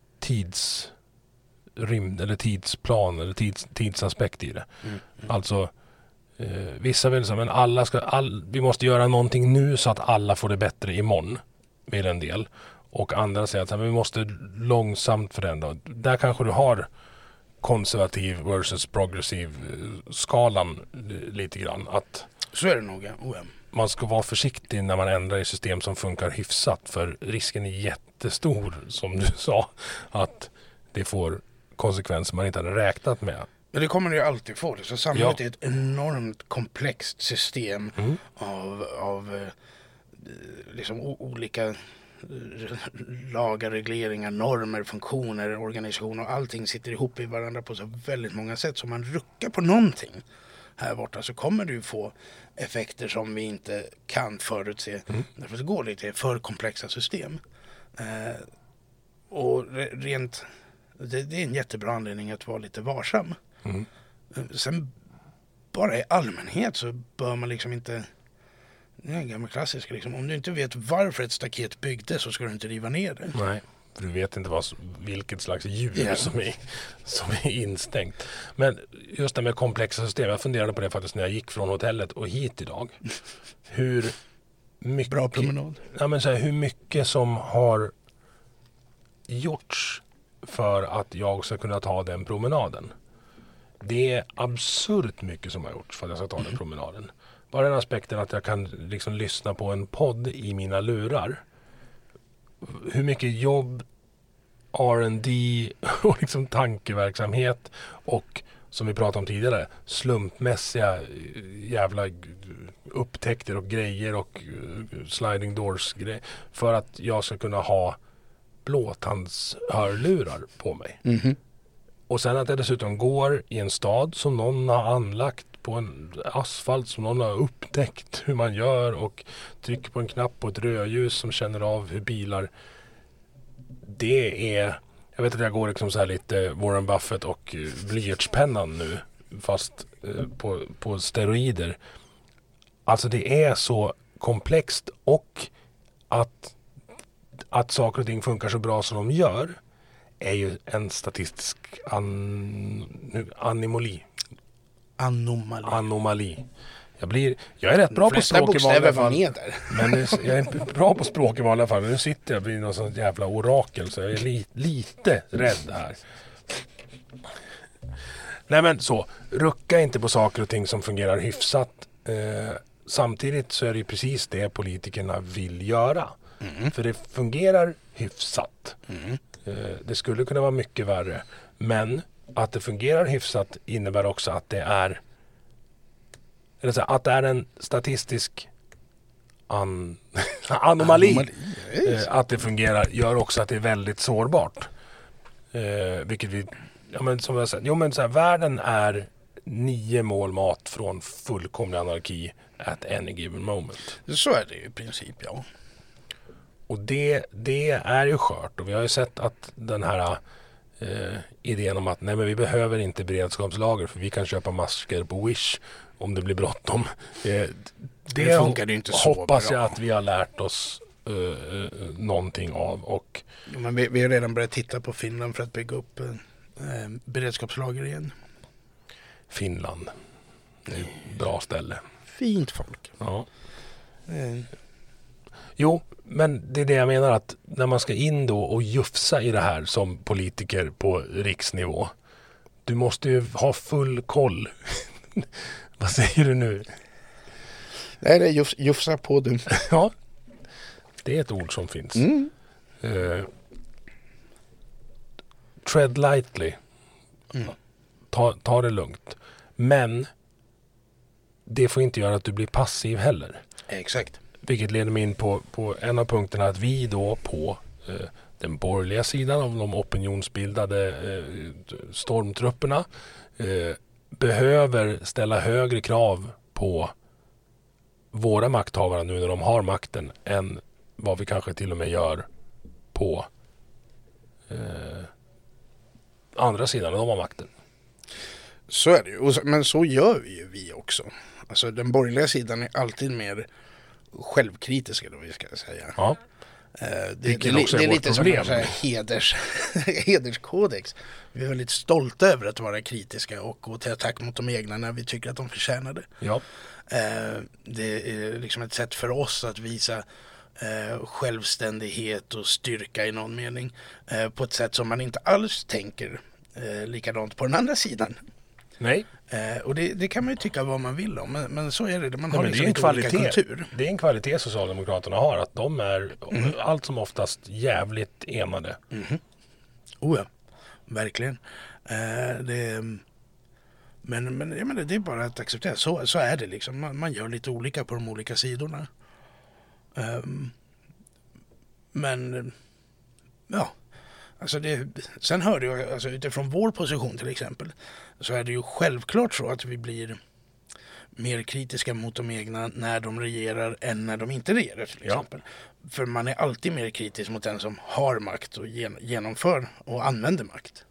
tidsrymd eller tidsplan eller tidsaspekt i det. Alltså vissa vill säga, men vi måste göra någonting nu så att alla får det bättre imorgon, vill en del. Och andra säger att vi måste långsamt förändra. Där kanske du har konservativ versus progressiv skalan lite grann. Att så är det nog, man ska vara försiktig när man ändrar i system som funkar hyfsat, för risken är jättestor, som du sa, att det får konsekvenser man inte hade räknat med. Ja, det kommer det ju alltid få. Så samhället är ett enormt komplext system av liksom olika lagar, regleringar, normer, funktioner, organisationer, och allting sitter ihop i varandra på så väldigt många sätt. Så man ruckar på någonting här borta så kommer du få effekter som vi inte kan förutse. Därför så går det till för komplexa system. Och rent det är en jättebra anledning att vara lite varsam. Sen bara i allmänhet så bör man liksom inte, det är en gammal klassisk liksom, om du inte vet varför ett staket byggdes så ska du inte riva ner det. Nej, för du vet inte vilket slags djur som är instängt. Men just det med komplexa system, jag funderade på det faktiskt när jag gick från hotellet och hit idag. Hur mycket, bra promenad. Ja, men så här, hur mycket som har gjorts för att jag ska kunna ta den promenaden. Det är absurt mycket som har gjorts för att jag ska ta den promenaden. Bara den aspekten att jag kan liksom lyssna på en podd i mina lurar. Hur mycket jobb, R&D och liksom tankeverksamhet och, som vi pratade om tidigare, slumpmässiga jävla upptäckter och grejer och sliding doors grejer för att jag ska kunna ha blåtandshörlurar på mig. Och sen att det dessutom går i en stad som någon har anlagt på en asfalt som någon har upptäckt hur man gör och trycker på en knapp på ett rödljus som känner av hur bilar. Det är, jag vet att jag går liksom så här lite Warren Buffett och blyertspennan nu, fast på steroider. Alltså det är så komplext, och att saker och ting funkar så bra som de gör är ju en statistisk anomali. Jag är rätt bra på språk i vanliga fall. Men jag är bra på språk i vanliga fall. Men nu sitter jag vid någon sån jävla orakel, så jag är lite rädd här. Nej men så, rucka inte på saker och ting som fungerar hyfsat. Samtidigt så är det ju precis det politikerna vill göra. För det fungerar hyfsat. Det skulle kunna vara mycket värre. Men att det fungerar hyfsat innebär också att det är en statistisk anomali. Att det fungerar gör också att det är väldigt sårbart. Vilket vi, som jag sagt, världen är 9 mål mat från fullkomlig anarki at any given moment. Så är det ju i princip, ja. Och det är ju skört, och vi har ju sett att den här idén om att nej, men vi behöver inte beredskapslager för vi kan köpa masker på Wish om det blir bråttom. Det funkar inte så hoppas bra. Jag att vi har lärt oss någonting av. Och men vi har redan börjat titta på Finland för att bygga upp beredskapslager igen. Finland. Det är ett bra ställe. Fint folk. Ja. Jo, men det är det jag menar, att när man ska in då och jufsa i det här som politiker på riksnivå, du måste ju ha full koll. Vad säger du nu? Nej, det är jufsa på du. Ja, det är ett ord som finns. Tread lightly. Ta det lugnt. Men det får inte göra att du blir passiv heller. Exakt. Vilket leder mig in på en av punkterna, att vi då på den borgerliga sidan av de opinionsbildade stormtrupperna behöver ställa högre krav på våra makthavare nu när de har makten än vad vi kanske till och med gör på andra sidan när de har makten. Så är det ju, men så gör vi också. Alltså den borgerliga sidan är alltid mer självkritiska då, vi ska säga. Ja. Det är lite som en hederskodex. Vi är väldigt stolta över att vara kritiska och gå till attack mot de egna när vi tycker att de förtjänar det. Ja. Det är liksom ett sätt för oss att visa självständighet och styrka i någon mening på ett sätt som man inte alls tänker likadant på den andra sidan. Nej. Och det kan man ju tycka vad man vill om, men så är det. Man har liksom det är olika kultur. Det är en kvalitet Socialdemokraterna har, att de är allt som oftast jävligt enade. Oh ja, verkligen. Men jag menar, det är bara att acceptera. Så är det liksom. Man gör lite olika på de olika sidorna. Men ja, alltså sen hör jag, alltså utifrån vår position till exempel, så är det ju självklart så att vi blir mer kritiska mot de egna när de regerar än när de inte regerar till exempel. För man är alltid mer kritisk mot den som har makt och genomför och använder makt.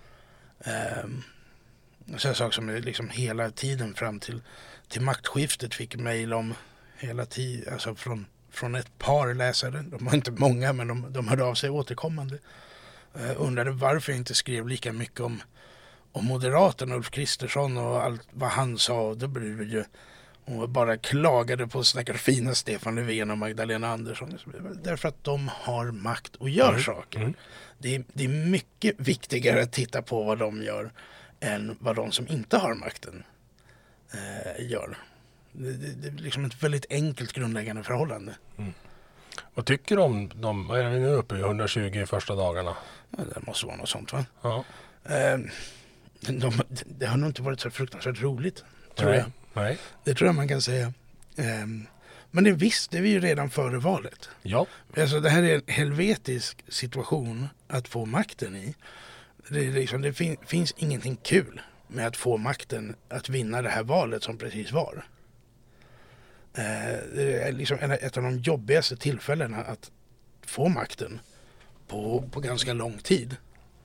Så en sak som liksom hela tiden fram till maktskiftet fick mejl om hela tiden, alltså från ett par läsare. De var inte många, men de hörde av sig återkommande. Undrade varför jag inte skrev lika mycket om Moderaterna, Ulf Kristersson och allt vad han sa. Det blev ju, och bara klagade på snackar fina Stefan Löfven och Magdalena Andersson. Därför att de har makt och gör saker. Det är mycket viktigare att titta på vad de gör än vad de som inte har makten gör. Det är liksom ett väldigt enkelt grundläggande förhållande. Vad tycker du om de, vad är vi nu uppe i, 120 första dagarna? Ja, det måste vara något sånt, va? Ja. Det har nog inte varit så fruktansvärt roligt, tror jag. Nej. Det tror jag man kan säga. Men det visste vi ju redan före valet. Ja. Alltså, det här är en helvetisk situation att få makten i. Det finns ingenting kul med att få makten att vinna det här valet som precis var. Det är liksom ett av de jobbigaste tillfällena att få makten på ganska lång tid.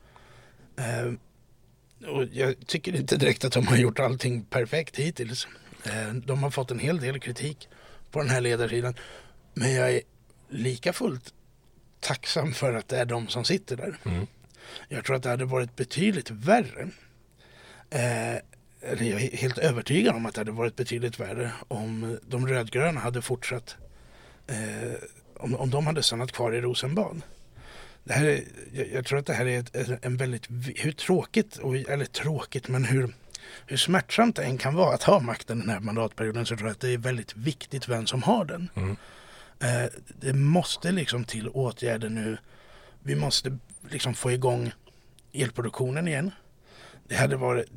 Och jag tycker inte direkt att de har gjort allting perfekt hittills. De har fått en hel del kritik på den här ledarsidan. Men jag är lika fullt tacksam för att det är de som sitter där. Jag tror att det hade varit betydligt värre. Jag är helt övertygad om att det hade varit betydligt värre om de rödgröna hade fortsatt, om de hade stannat kvar i Rosenbad. Jag tror att det här är en väldigt, hur tråkigt, eller tråkigt, men hur smärtsamt det än kan vara att ha makten den här mandatperioden, så tror jag att det är väldigt viktigt vem som har den. Det måste liksom till åtgärder nu. Vi måste liksom få igång elproduktionen igen. Det hade varit...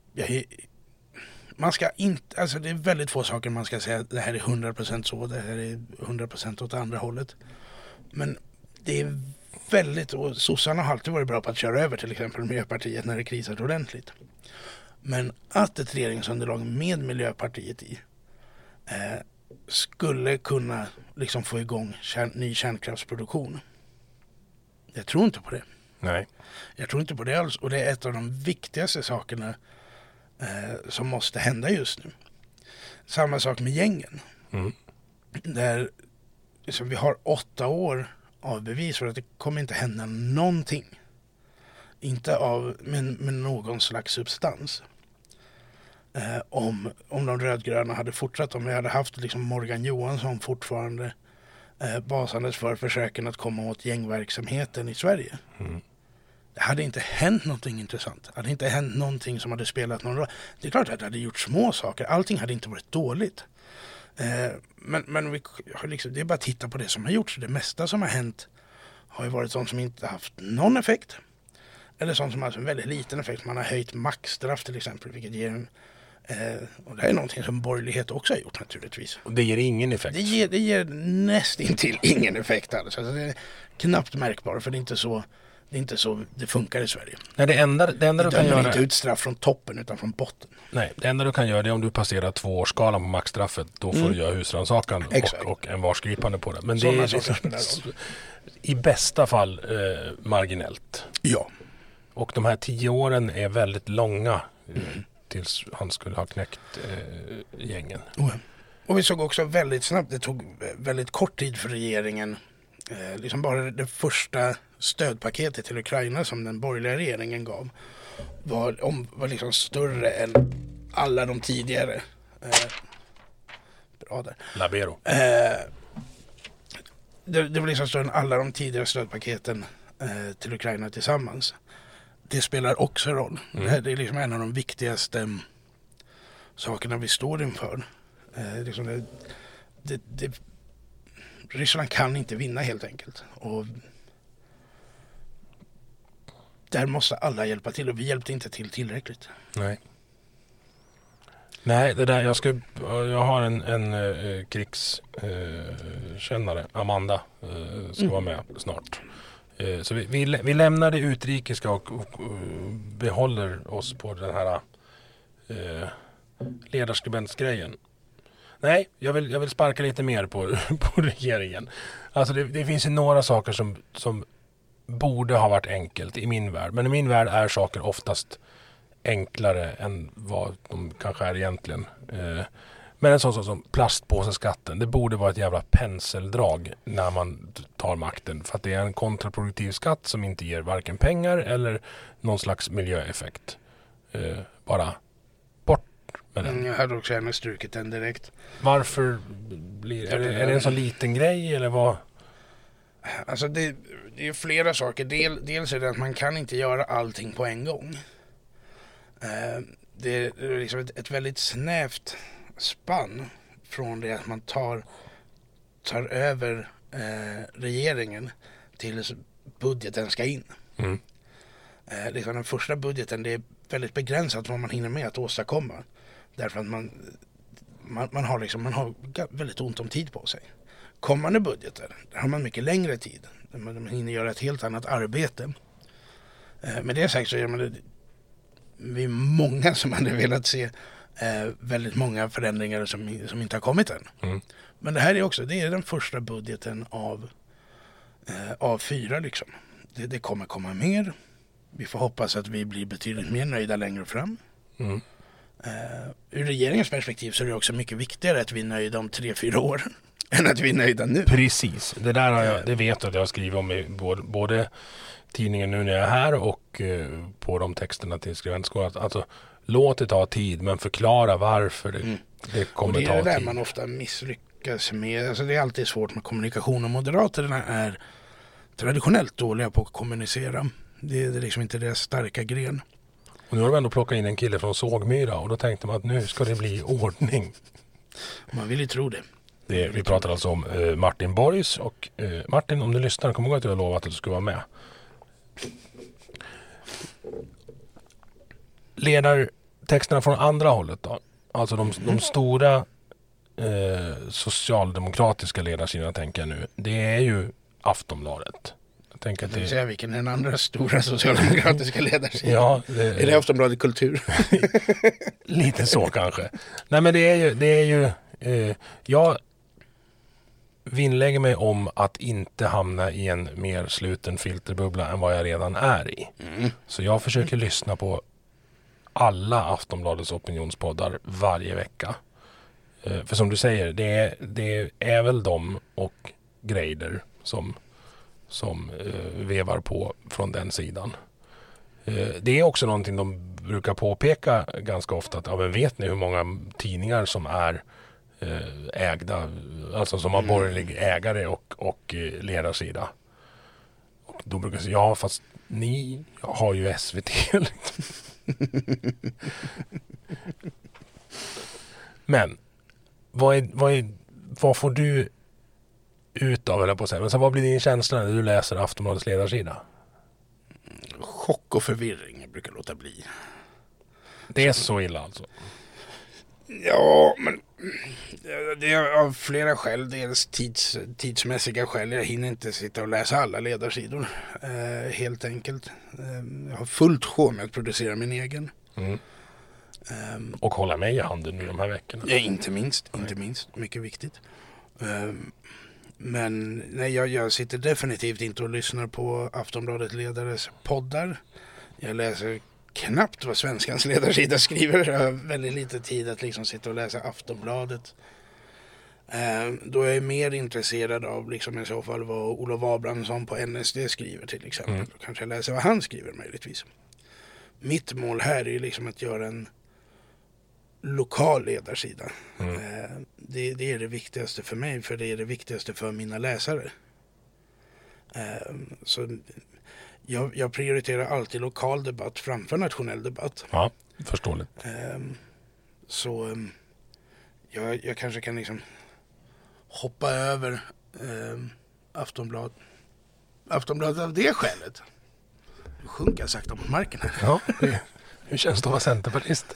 Man ska inte, alltså det är väldigt få saker man ska säga det här är 100% så, det här är 100% åt andra hållet. Men det är väldigt, och sossarna har alltid varit bra på att köra över till exempel Miljöpartiet när det krisar ordentligt. Men att ett regeringsunderlag med Miljöpartiet i skulle kunna liksom få igång ny kärnkraftsproduktion. Jag tror inte på det. Nej. Jag tror inte på det alls. Och det är ett av de viktigaste sakerna som måste hända just nu. Samma sak med gängen. Där liksom, vi har 8 år av bevis för att det kommer inte hända någonting. Inte med någon slags substans. Om de rödgröna hade fortsatt, om vi hade haft liksom Morgan Johansson fortfarande basandes för försöken att komma åt gängverksamheten i Sverige. Det hade inte hänt någonting intressant. Det hade inte hänt någonting som hade spelat någon roll. Det är klart att det hade gjort små saker. Allting hade inte varit dåligt. Men vi har liksom, det är bara att titta på det som har gjorts. Det mesta som har hänt har ju varit sånt som inte haft någon effekt. Eller sånt som har haft en väldigt liten effekt. Man har höjt maxstraff till exempel, vilket ger en... och det är någonting som borgerlighet också har gjort naturligtvis. Och det ger ingen effekt? Det ger nästintill ingen effekt alls. Alltså det är knappt märkbart, för det är inte så det funkar i Sverige. Nej, det enda du kan göra... inte ut straff från toppen utan från botten. Nej, det enda du kan göra är om du passerar 2-årsskalan på maxstraffet. Då får du göra husrannsakan och en varsgripande på det. Men det är liksom, i bästa fall marginellt. Ja. Och de här 10 åren är väldigt långa tills han skulle ha knäckt gängen. Och vi såg också väldigt snabbt, det tog väldigt kort tid för regeringen, liksom bara det första stödpaketet till Ukraina som den borgerliga regeringen gav var liksom större än alla de tidigare. Bra där. Labero. Det var liksom större än alla de tidigare stödpaketen till Ukraina tillsammans. Det spelar också roll. Det är liksom en av de viktigaste sakerna vi står inför. Liksom Ryssland kan inte vinna helt enkelt. Och där måste alla hjälpa till, och vi hjälpte inte till tillräckligt. Nej, det där, jag har en krigskännare, Amanda, ska vara med snart. Så vi lämnar det utrikiska och behåller oss på den här ledarskribensgrejen. Nej, jag vill sparka lite mer på regeringen. Alltså det finns ju några saker som borde ha varit enkelt i min värld. Men i min värld är saker oftast enklare än vad de kanske är egentligen. Men en sån sak som plastpåseskatten, det borde vara ett jävla penseldrag när man tar makten. För att det är en kontraproduktiv skatt som inte ger varken pengar eller någon slags miljöeffekt. Bara bort med den. Jag hade också gärna strukit den direkt. Varför är det en sån liten grej eller vad? Alltså det är flera saker. Dels är det att man kan inte göra allting på en gång. Det är liksom ett väldigt snävt spann från det att man tar över regeringen till budgeten ska in. Liksom den första budgeten, det är väldigt begränsat vad man hinner med att åstadkomma. Därför att man har väldigt ont om tid på sig. Kommande budgeter, där har man mycket längre tid. Man hinner göra ett helt annat arbete. Med det sagt så är vi är många som hade velat se väldigt många förändringar som inte har kommit än. Men det här är den första budgeten av 4 liksom. Det kommer komma mer. Vi får hoppas att vi blir betydligt mer nöjda längre fram. Ur regeringens perspektiv så är det också mycket viktigare att vi är nöjda om 3-4 år än att vi är nöjda nu. Precis, det där det vet jag att jag har skrivit om i både tidningen nu när jag är här och på de texterna till skribentskolan. Alltså, låt det ta tid, men förklara varför det kommer ta tid. Och det är det där man ofta misslyckas med. Alltså, det är alltid svårt med kommunikation, och Moderaterna är traditionellt dåliga på att kommunicera. Det är liksom inte deras starka gren. Och nu har de ändå plockat in en kille från Sågmyra, och då tänkte man att nu ska det bli ordning. Man vill ju tro det. Vi pratar alltså om Martin Borgs, och Martin, om du lyssnar, kom ihåg att jag har lovat att du ska vara med. Ledartexterna från andra hållet då? Alltså de stora socialdemokratiska ledarsidorna, tänker jag nu. Det är ju Aftonbladet. Jag tänker att det... vilken är den andra stora socialdemokratiska ledarsidan? Ja, är det Aftonbladet Kultur? Lite så kanske. Nej, men det är ju vinnlägger mig om att inte hamna i en mer sluten filterbubbla än vad jag redan är i. Så jag försöker lyssna på alla Aftonbladets opinionspoddar varje vecka. För som du säger, det är väl de och Greider som vevar på från den sidan. Det är också någonting de brukar påpeka ganska ofta, att men vet ni hur många tidningar som är ägda, alltså som har borgerlig ägare och ledarsida? Och då brukar jag säga, ja fast ni har ju SVT. Men vad får du ut av, eller på sig? Men så vad blir din känsla när du läser Aftonbladets ledarsida? Chock och förvirring brukar låta bli. Det är så illa alltså? Ja, men det är av flera skäl. Dels tidsmässiga skäl. Jag hinner inte sitta och läsa alla ledarsidor. Helt enkelt. Jag har fullt sjå med att producera min egen. Och hålla mig i handen i de här veckorna. Ja, inte minst. Mycket viktigt. Men nej, jag sitter definitivt inte och lyssnar på Aftonbladet ledares poddar. Jag läser knappt vad Svenskans ledarsida skriver. Jag har väldigt lite tid att liksom sitta och läsa Aftonbladet. Då är jag mer intresserad av liksom i så fall vad Olof Abrahamsson på NSD skriver till exempel. Då kanske jag läser vad han skriver möjligtvis. Mitt mål här är liksom att göra en lokal ledarsida. Det är det viktigaste för mig, för det är det viktigaste för mina läsare. Så jag prioriterar alltid lokal debatt framför nationell debatt. Ja, förståeligt. Så jag kanske kan liksom hoppa över Aftonbladet av det skälet. Nu sjunker jag sakta på marken här. Ja, hur känns det att vara centerpartist?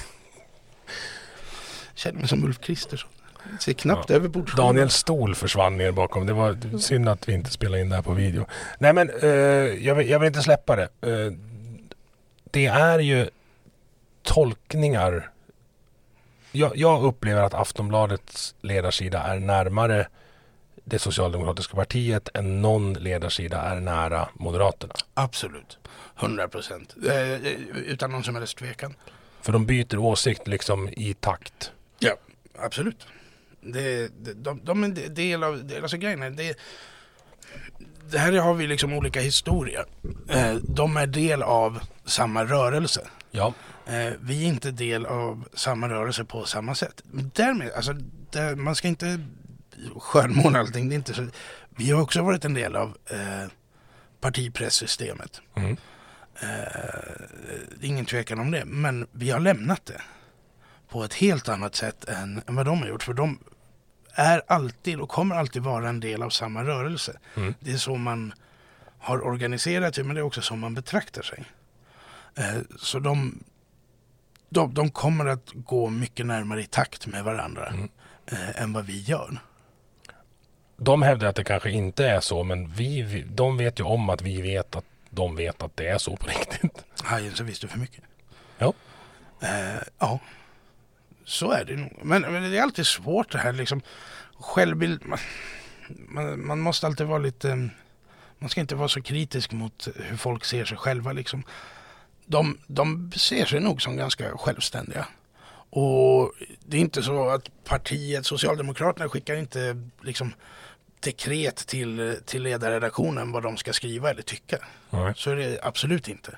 Känner mig som Ulf Kristersson. Ser knappt över bordsskivan. Daniels stol försvann ner bakom. Det var synd att vi inte spelade in det här på video. Nej, men jag vill inte släppa det. Det är ju tolkningar. Jag upplever att Aftonbladets ledarsida är närmare det socialdemokratiska partiet än någon ledarsida är nära Moderaterna. Absolut. 100%. Utan någon som helst tvekan. För de byter åsikt liksom i takt. Ja, absolut. De är en del av, alltså grejen är, det här har vi liksom olika historier. De är del av samma rörelse. Ja. Vi är inte del av samma rörelse på samma sätt. Därmed, alltså, man ska inte skönmåla allting. Det är inte så. Vi har också varit en del av partipresssystemet. Det är ingen tvekan om det. Men vi har lämnat det på ett helt annat sätt än vad de har gjort. För de är alltid och kommer alltid vara en del av samma rörelse. Det är så man har organiserat det, men det är också så man betraktar sig. Så de kommer att gå mycket närmare i takt med varandra än vad vi gör. De hävdar att det kanske inte är så, men de vet ju om att vi vet att de vet att det är så på riktigt. Hajen så visste för mycket. Ja. Ja. Så är det nog. Men det är alltid svårt det här liksom. Självbild. Man måste alltid vara lite. Man ska inte vara så kritisk mot hur folk ser sig själva liksom. De ser sig nog som ganska självständiga. Och det är inte så att partiet, Socialdemokraterna, skickar inte liksom dekret till ledarredaktionen vad de ska skriva eller tycka. Nej. Så är det absolut inte.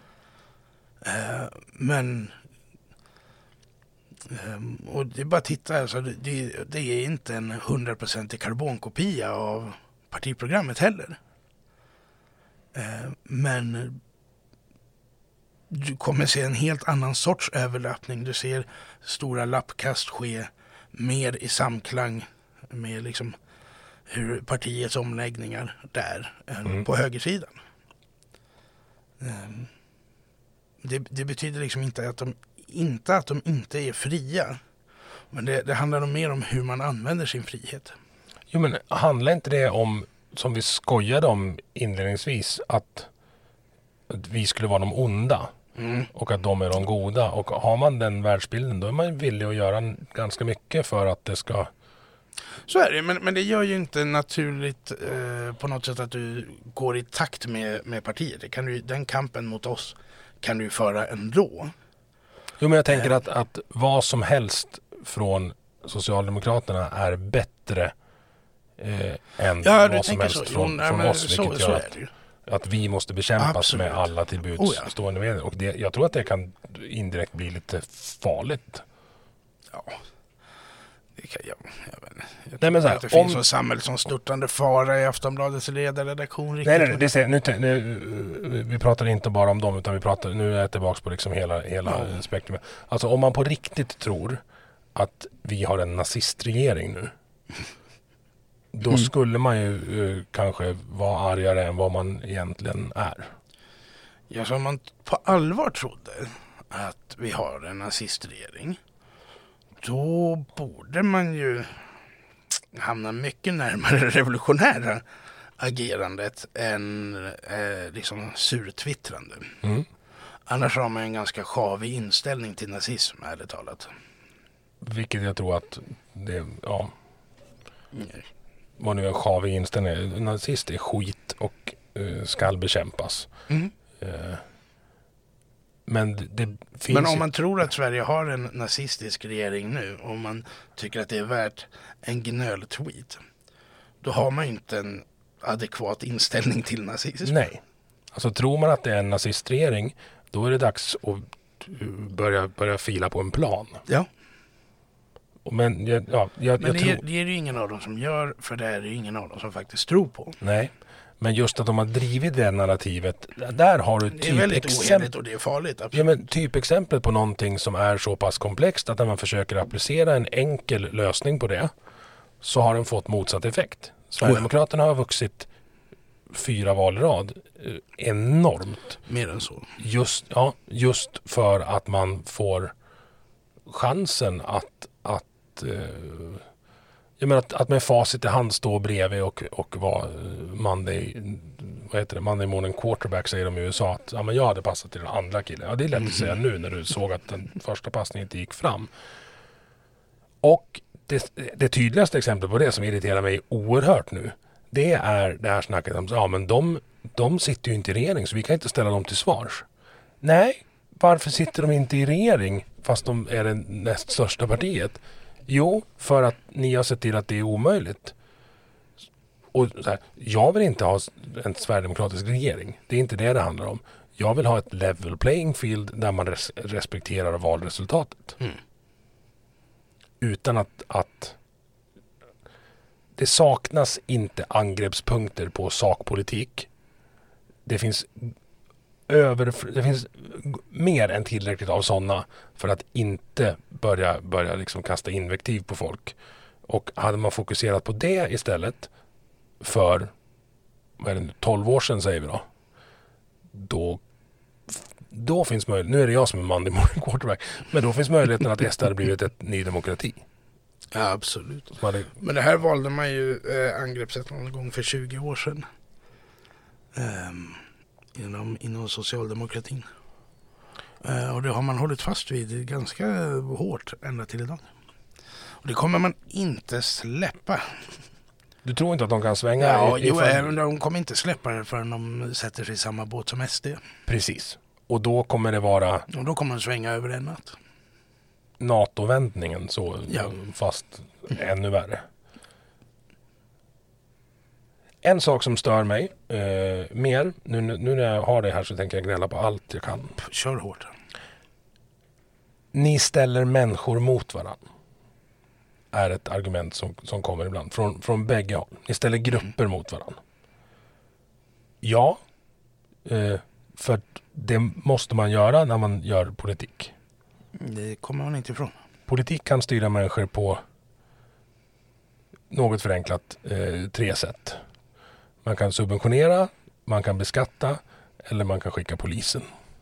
Men och det är bara att titta, alltså, det är inte en 100% karbonkopia av partiprogrammet heller. Men du kommer se en helt annan sorts överlappning. Du ser stora lappkast ske mer i samklang med liksom hur partiets omläggningar där än på högersidan. Det betyder liksom inte att de inte är fria. Men det handlar nog mer om hur man använder sin frihet. Jo, men handlar inte det om, som vi skojade om inledningsvis, att vi skulle vara de onda och att de är de goda? Och har man den världsbilden, då är man villig att göra ganska mycket för att det ska Så är det, men det gör ju inte naturligt på något sätt att du går i takt med partiet. Den kampen mot oss kan du föra ändå. Jo, men jag tänker att vad som helst från Socialdemokraterna är bättre än vad som helst från oss. Vilket gör att vi måste bekämpas med alla tillbuds stående medel. Och jag tror att det kan indirekt bli lite farligt. Ja. Jag Nej, men så här, att det finns en samhälle som störtande fara i Aftonbladets ledarredaktion. Vi pratar inte bara om dem, utan nu är jag tillbaka på liksom hela spektrumet. Alltså om man på riktigt tror att vi har en nazistregering nu, då skulle man ju kanske vara argare än vad man egentligen är. Ja, så om man på allvar trodde att vi har en nazistregering, då borde man ju hamna mycket närmare revolutionära agerandet än liksom surtwittrande. Annars har man en ganska sjavig inställning till nazism, ärligt talat. Vilket jag tror att det, vad nu är en sjavig inställning. Nazist är skit och skall bekämpas. Men om man tror att Sverige har en nazistisk regering nu, och man tycker att det är värt en gnöl-tweet, då har man inte en adekvat inställning till nazism. Nej. Alltså tror man att det är en nazistregering, då är det dags att börja fila på en plan. Ja. Men det är ju ingen av dem som gör, för det är ju ingen av dem som faktiskt tror på. Nej. Men just att de har drivit det narrativet, där har du det är väldigt ohederligt och det är farligt. Ja, men typexempel på någonting som är så pass komplext att när man försöker applicera en enkel lösning på det, så har den fått motsatt effekt. Sverigedemokraterna har vuxit 4 val i rad enormt. Mer än så. Just för att man får chansen att med facit i hand stå bredvid och vara Monday morning quarterback, säger de i USA, att jag hade passat till den andra killen. Ja, det är lätt att säga nu när du såg att den första passningen inte gick fram. Och det tydligaste exemplet på det som irriterar mig oerhört nu, det är det här snacket om men de sitter ju inte i regering, så vi kan inte ställa dem till svars. Nej, varför sitter de inte i regering fast de är det näst största partiet? Jo, för att ni har sett till att det är omöjligt. Och så här, jag vill inte ha en sverigedemokratisk regering. Det är inte det handlar om. Jag vill ha ett level playing field där man respekterar valresultatet. Utan att det saknas inte angreppspunkter på sakpolitik. Det finns mer än tillräckligt av sådana för att inte börja liksom kasta invektiv på folk. Och hade man fokuserat på det istället för 12 år sedan, säger vi då finns möjlighet, nu är det jag som är Monday morning quarterback, men då finns möjligheten att SD hade blivit ett Ny Demokrati. Ja, absolut. Men det här valde man ju angreppssätt någon gång för 20 år sedan. Inom socialdemokratin. Och det har man hållit fast vid ganska hårt ända till idag. Och det kommer man inte släppa. Du tror inte att de kan svänga? De kommer inte släppa det förrän de sätter sig i samma båt som SD. Precis. Och då kommer det vara... Och då kommer de svänga över en natt. NATO-vändningen så, fast ännu värre. En sak som stör mig mer, nu när jag har det här så tänker jag gnälla på allt jag kan. Kör hårt. Ni ställer människor mot varandra. Är ett argument som kommer ibland från bägge håll. Ni ställer grupper mot varandra. Ja, för det måste man göra när man gör politik. Det kommer man inte ifrån. Politik kan styra människor på något förenklat 3 sätt. Man kan subventionera, man kan beskatta eller man kan skicka polisen.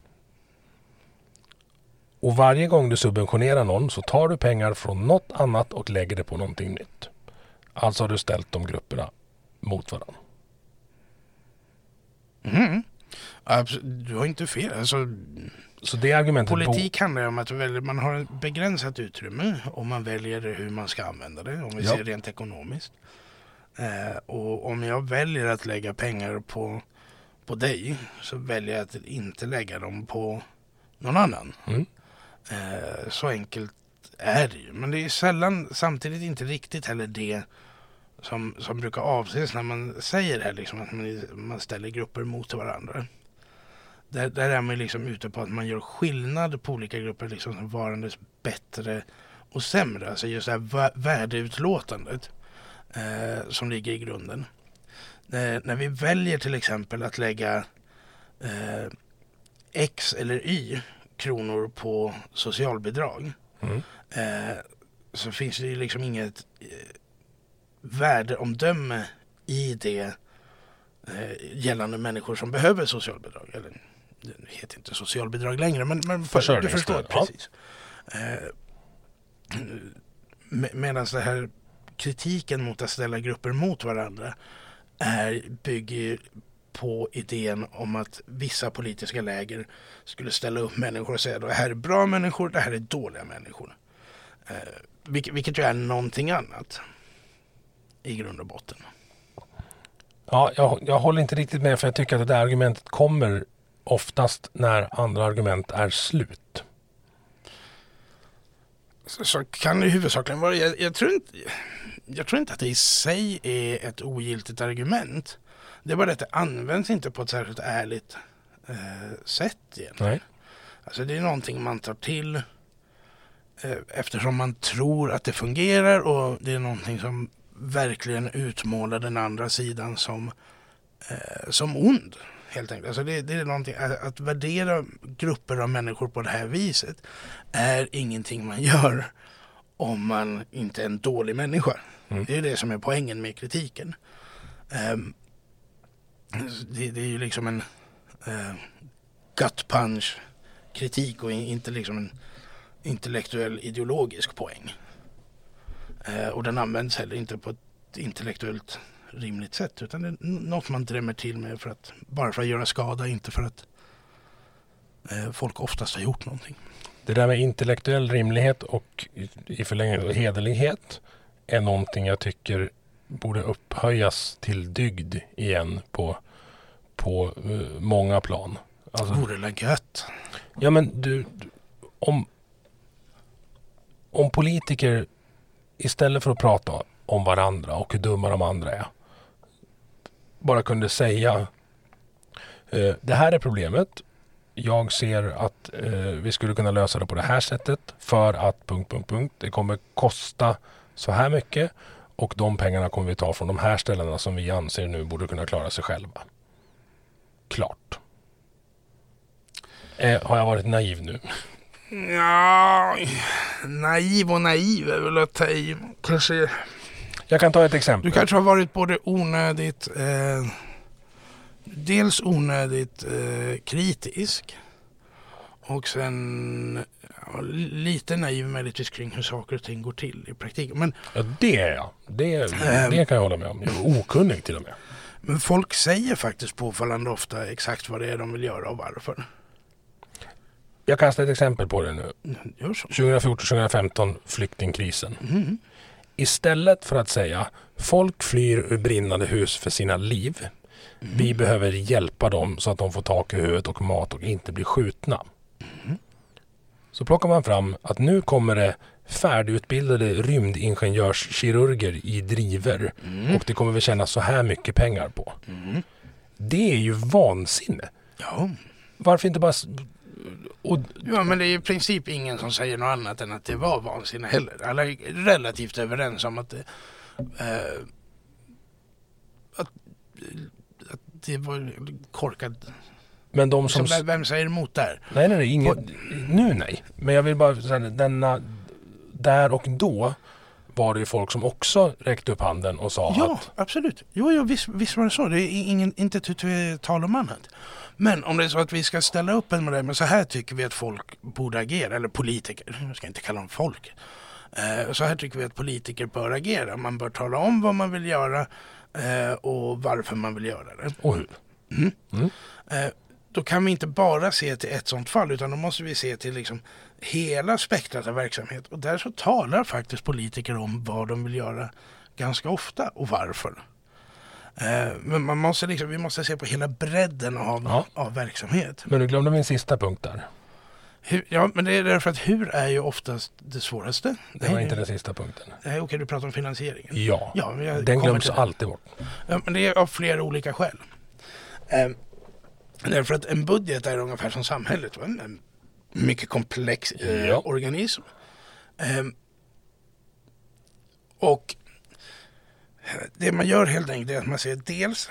Och varje gång du subventionerar någon så tar du pengar från något annat och lägger det på någonting nytt. Alltså har du ställt de grupperna mot varandra. Du har inte fel. Alltså, så det argumentet politik handlar om att man har ett begränsat utrymme och man väljer hur man ska använda det, om vi ser rent ekonomiskt. Och om jag väljer att lägga pengar på dig, så väljer jag att inte lägga dem på någon annan. Så enkelt är det ju. Men det är sällan, samtidigt inte riktigt heller det som brukar avses när man säger här liksom, att man ställer grupper mot varandra. Där är man liksom ute på att man gör skillnad på olika grupper liksom, som varandes bättre och sämre. Alltså just det här värdeutlåtandet som ligger i grunden. När vi väljer till exempel att lägga X eller Y kronor på socialbidrag, så finns det ju liksom inget värdeomdöme i det gällande människor som behöver socialbidrag. Eller det heter inte socialbidrag längre, men du förstår precis. Medan det här kritiken mot att ställa grupper mot varandra bygger på idén om att vissa politiska läger skulle ställa upp människor och säga att det här är bra människor, det här är dåliga människor. Vilket ju är någonting annat i grund och botten. Ja, jag håller inte riktigt med, för jag tycker att det där argumentet kommer oftast när andra argument är slut. Så kan det huvudsakligen vara. Jag tror inte att det i sig är ett ogiltigt argument. Det är bara att det används inte på ett särskilt ärligt sätt igen. Nej. Alltså det är någonting man tar till eftersom man tror att det fungerar, och det är någonting som verkligen utmålar den andra sidan som ond, helt enkelt. Alltså det är någonting, att värdera grupper av människor på det här viset är ingenting man gör om man inte är en dålig människa. Det är det som är poängen med kritiken. Det är ju liksom en gut punch kritik och inte liksom en intellektuell ideologisk poäng. Och den används heller inte på ett intellektuellt rimligt sätt, utan det är något man drämmer till med bara för att göra skada, inte för att folk oftast har gjort någonting. Det där med intellektuell rimlighet och i förlängningen hederlighet är någonting jag tycker borde upphöjas till dygd igen på många plan. Alltså, vore det gött. Ja, men om politiker istället för att prata om varandra och hur dumma de andra är, bara kunde säga det här är problemet, jag ser att vi skulle kunna lösa det på det här sättet för att ... det kommer kosta så här mycket, och de pengarna kommer vi ta från de här ställena som vi anser nu borde kunna klara sig själva. Klart. Har jag varit naiv nu? Ja, naiv är väl att ta i. Kanske. Jag kan ta ett exempel. Du kanske har varit både onödigt dels onödigt kritisk, och sen lite naiv möjligtvis kring hur saker och ting går till i praktiken. Men, ja, det är jag. Det kan jag hålla med om. Jag är okunnig till och med. Men folk säger faktiskt påfallande ofta exakt vad det är de vill göra och varför. Jag kastar ett exempel på det nu. Gör så. 2014-2015, flyktingkrisen. Istället för att säga folk flyr ur brinnande hus för sina liv. Vi behöver hjälpa dem så att de får tak i huvudet och mat och inte blir skjutna. Så plockar man fram att nu kommer det färdigutbildade rymdingenjörskirurger i driver. Och det kommer vi tjäna så här mycket pengar på. Det är ju vansinne. Ja. Varför inte bara... Ja, men det är i princip ingen som säger något annat än att det var vansinne heller. Alla är relativt överens om att det var korkad. Men de som... Vem säger emot där? Nej, ingen... Nej. Men jag vill bara säga, där och då var det ju folk som också räckte upp handen och sa att... Ja, absolut. Jo, visst var det så. Det är inte tal om annat. Men om det är så att vi ska ställa upp en modell, men så här tycker vi att folk borde agera, eller politiker, jag ska inte kalla dem folk. Så här tycker vi att politiker bör agera. Man bör tala om vad man vill göra och varför man vill göra det. Och hur? då kan vi inte bara se till ett sånt fall, utan då måste vi se till liksom hela spektrat av verksamhet. Och där så talar faktiskt politiker om vad de vill göra ganska ofta och varför. Men vi måste se på hela bredden av verksamhet. Men du glömde min sista punkt där. Men det är därför att hur är ju oftast det svåraste. Det var inte den sista punkten. Nej, okej, du pratar om finansieringen. Ja, den glöms alltid bort. Ja, men det är av flera olika skäl. Därför att en budget är ungefär som samhället. En mycket komplex organism. Och det man gör helt enkelt är att man ser dels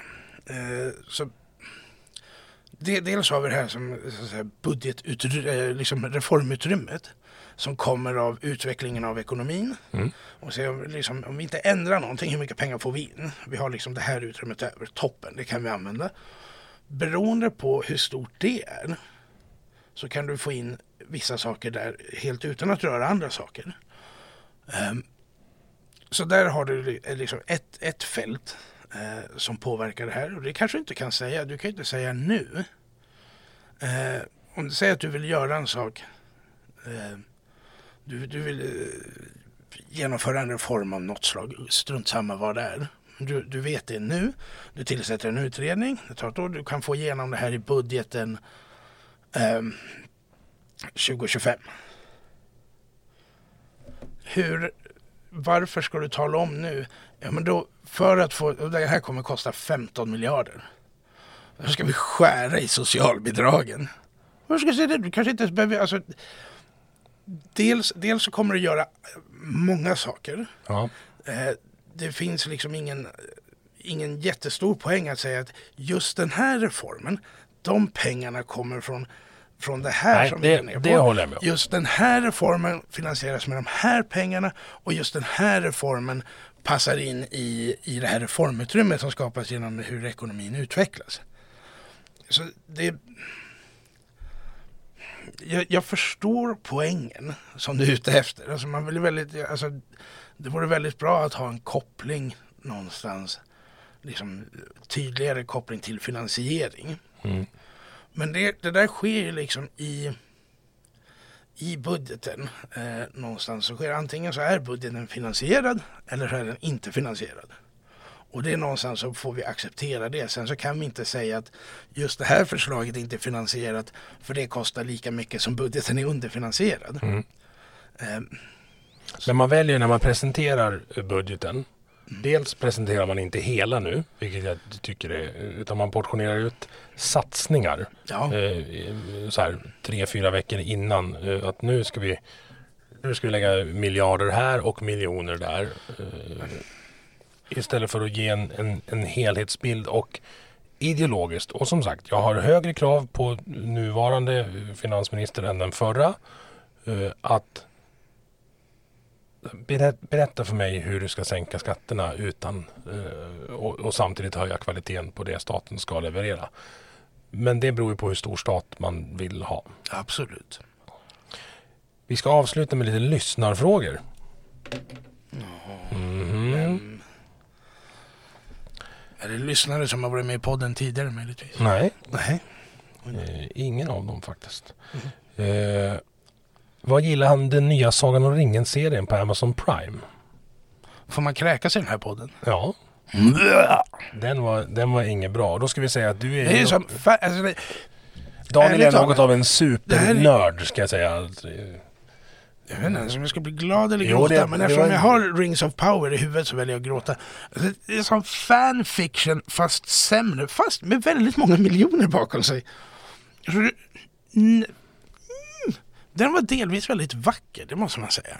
dels har vi det här som så att säga, liksom reformutrymmet som kommer av utvecklingen av ekonomin. Och så liksom, om vi inte ändrar någonting, hur mycket pengar får vi in? Vi har liksom det här utrymmet över toppen, det kan vi använda. Beroende på hur stort det är så kan du få in vissa saker där helt utan att röra andra saker. Så där har du liksom ett fält som påverkar det här. Och det kanske du inte kan säga. Du kan inte säga nu. Om du säger att du vill göra en sak. Du vill genomföra en reform av något slag. Strunt samma vad det är. Du vet det nu. Du tillsätter en utredning. Det tar ett år. Du kan få igenom det här i budgeten 2025. Varför ska du tala om nu? Ja, men då, för att få, det här kommer kosta 15 miljarder. Då ska vi skära i socialbidragen. Hur ska jag säga det? Du kanske inte behöver, alltså, dels så kommer du göra många saker. Ja. Det finns liksom ingen jättestor poäng att säga att just den här reformen, de pengarna kommer från det här. Nej, som vi är ner på. Det håller jag med om. Just den här reformen finansieras med de här pengarna och just den här reformen passar in i det här reformutrymmet som skapas genom hur ekonomin utvecklas. Så jag förstår poängen som du är ute efter. Alltså det vore väldigt bra att ha en koppling någonstans, liksom tydligare koppling till finansiering. Men det där sker ju liksom i budgeten någonstans. Så sker antingen så är budgeten finansierad eller så är den inte finansierad. Och det är någonstans så får vi acceptera det. Sen så kan vi inte säga att just det här förslaget inte är finansierat för det kostar lika mycket som budgeten är underfinansierad. Men man väljer när man presenterar budgeten. Dels presenterar man inte hela nu, vilket jag tycker är, utan man portionerar ut satsningar. Ja. Så här 3-4 veckor innan att nu ska vi lägga miljarder här och miljoner där. Istället för att ge en helhetsbild och ideologiskt. Och som sagt, jag har högre krav på nuvarande finansminister än den förra. Att berätta för mig hur du ska sänka skatterna utan och samtidigt höja kvaliteten på det staten ska leverera. Men det beror ju på hur stor stat man vill ha. Absolut. Vi ska avsluta med lite lyssnarfrågor. Är det lyssnare som har varit med i podden tidigare möjligtvis? Nej. Ingen av dem faktiskt. Vad gillar han den nya Sagan om ringen-serien på Amazon Prime? Får man kräka sig i den här podden? Ja. Den var inget bra. Då ska vi säga att du är... Det är som... Daniel är något av en supernörd, ska jag säga. Jag vet inte om jag ska bli glad eller gråta, men eftersom jag har Rings of Power i huvudet så väljer jag att gråta. Det är som fanfiction fast sämre, fast med väldigt många miljoner bakom sig. Den var delvis väldigt vacker, det måste man säga.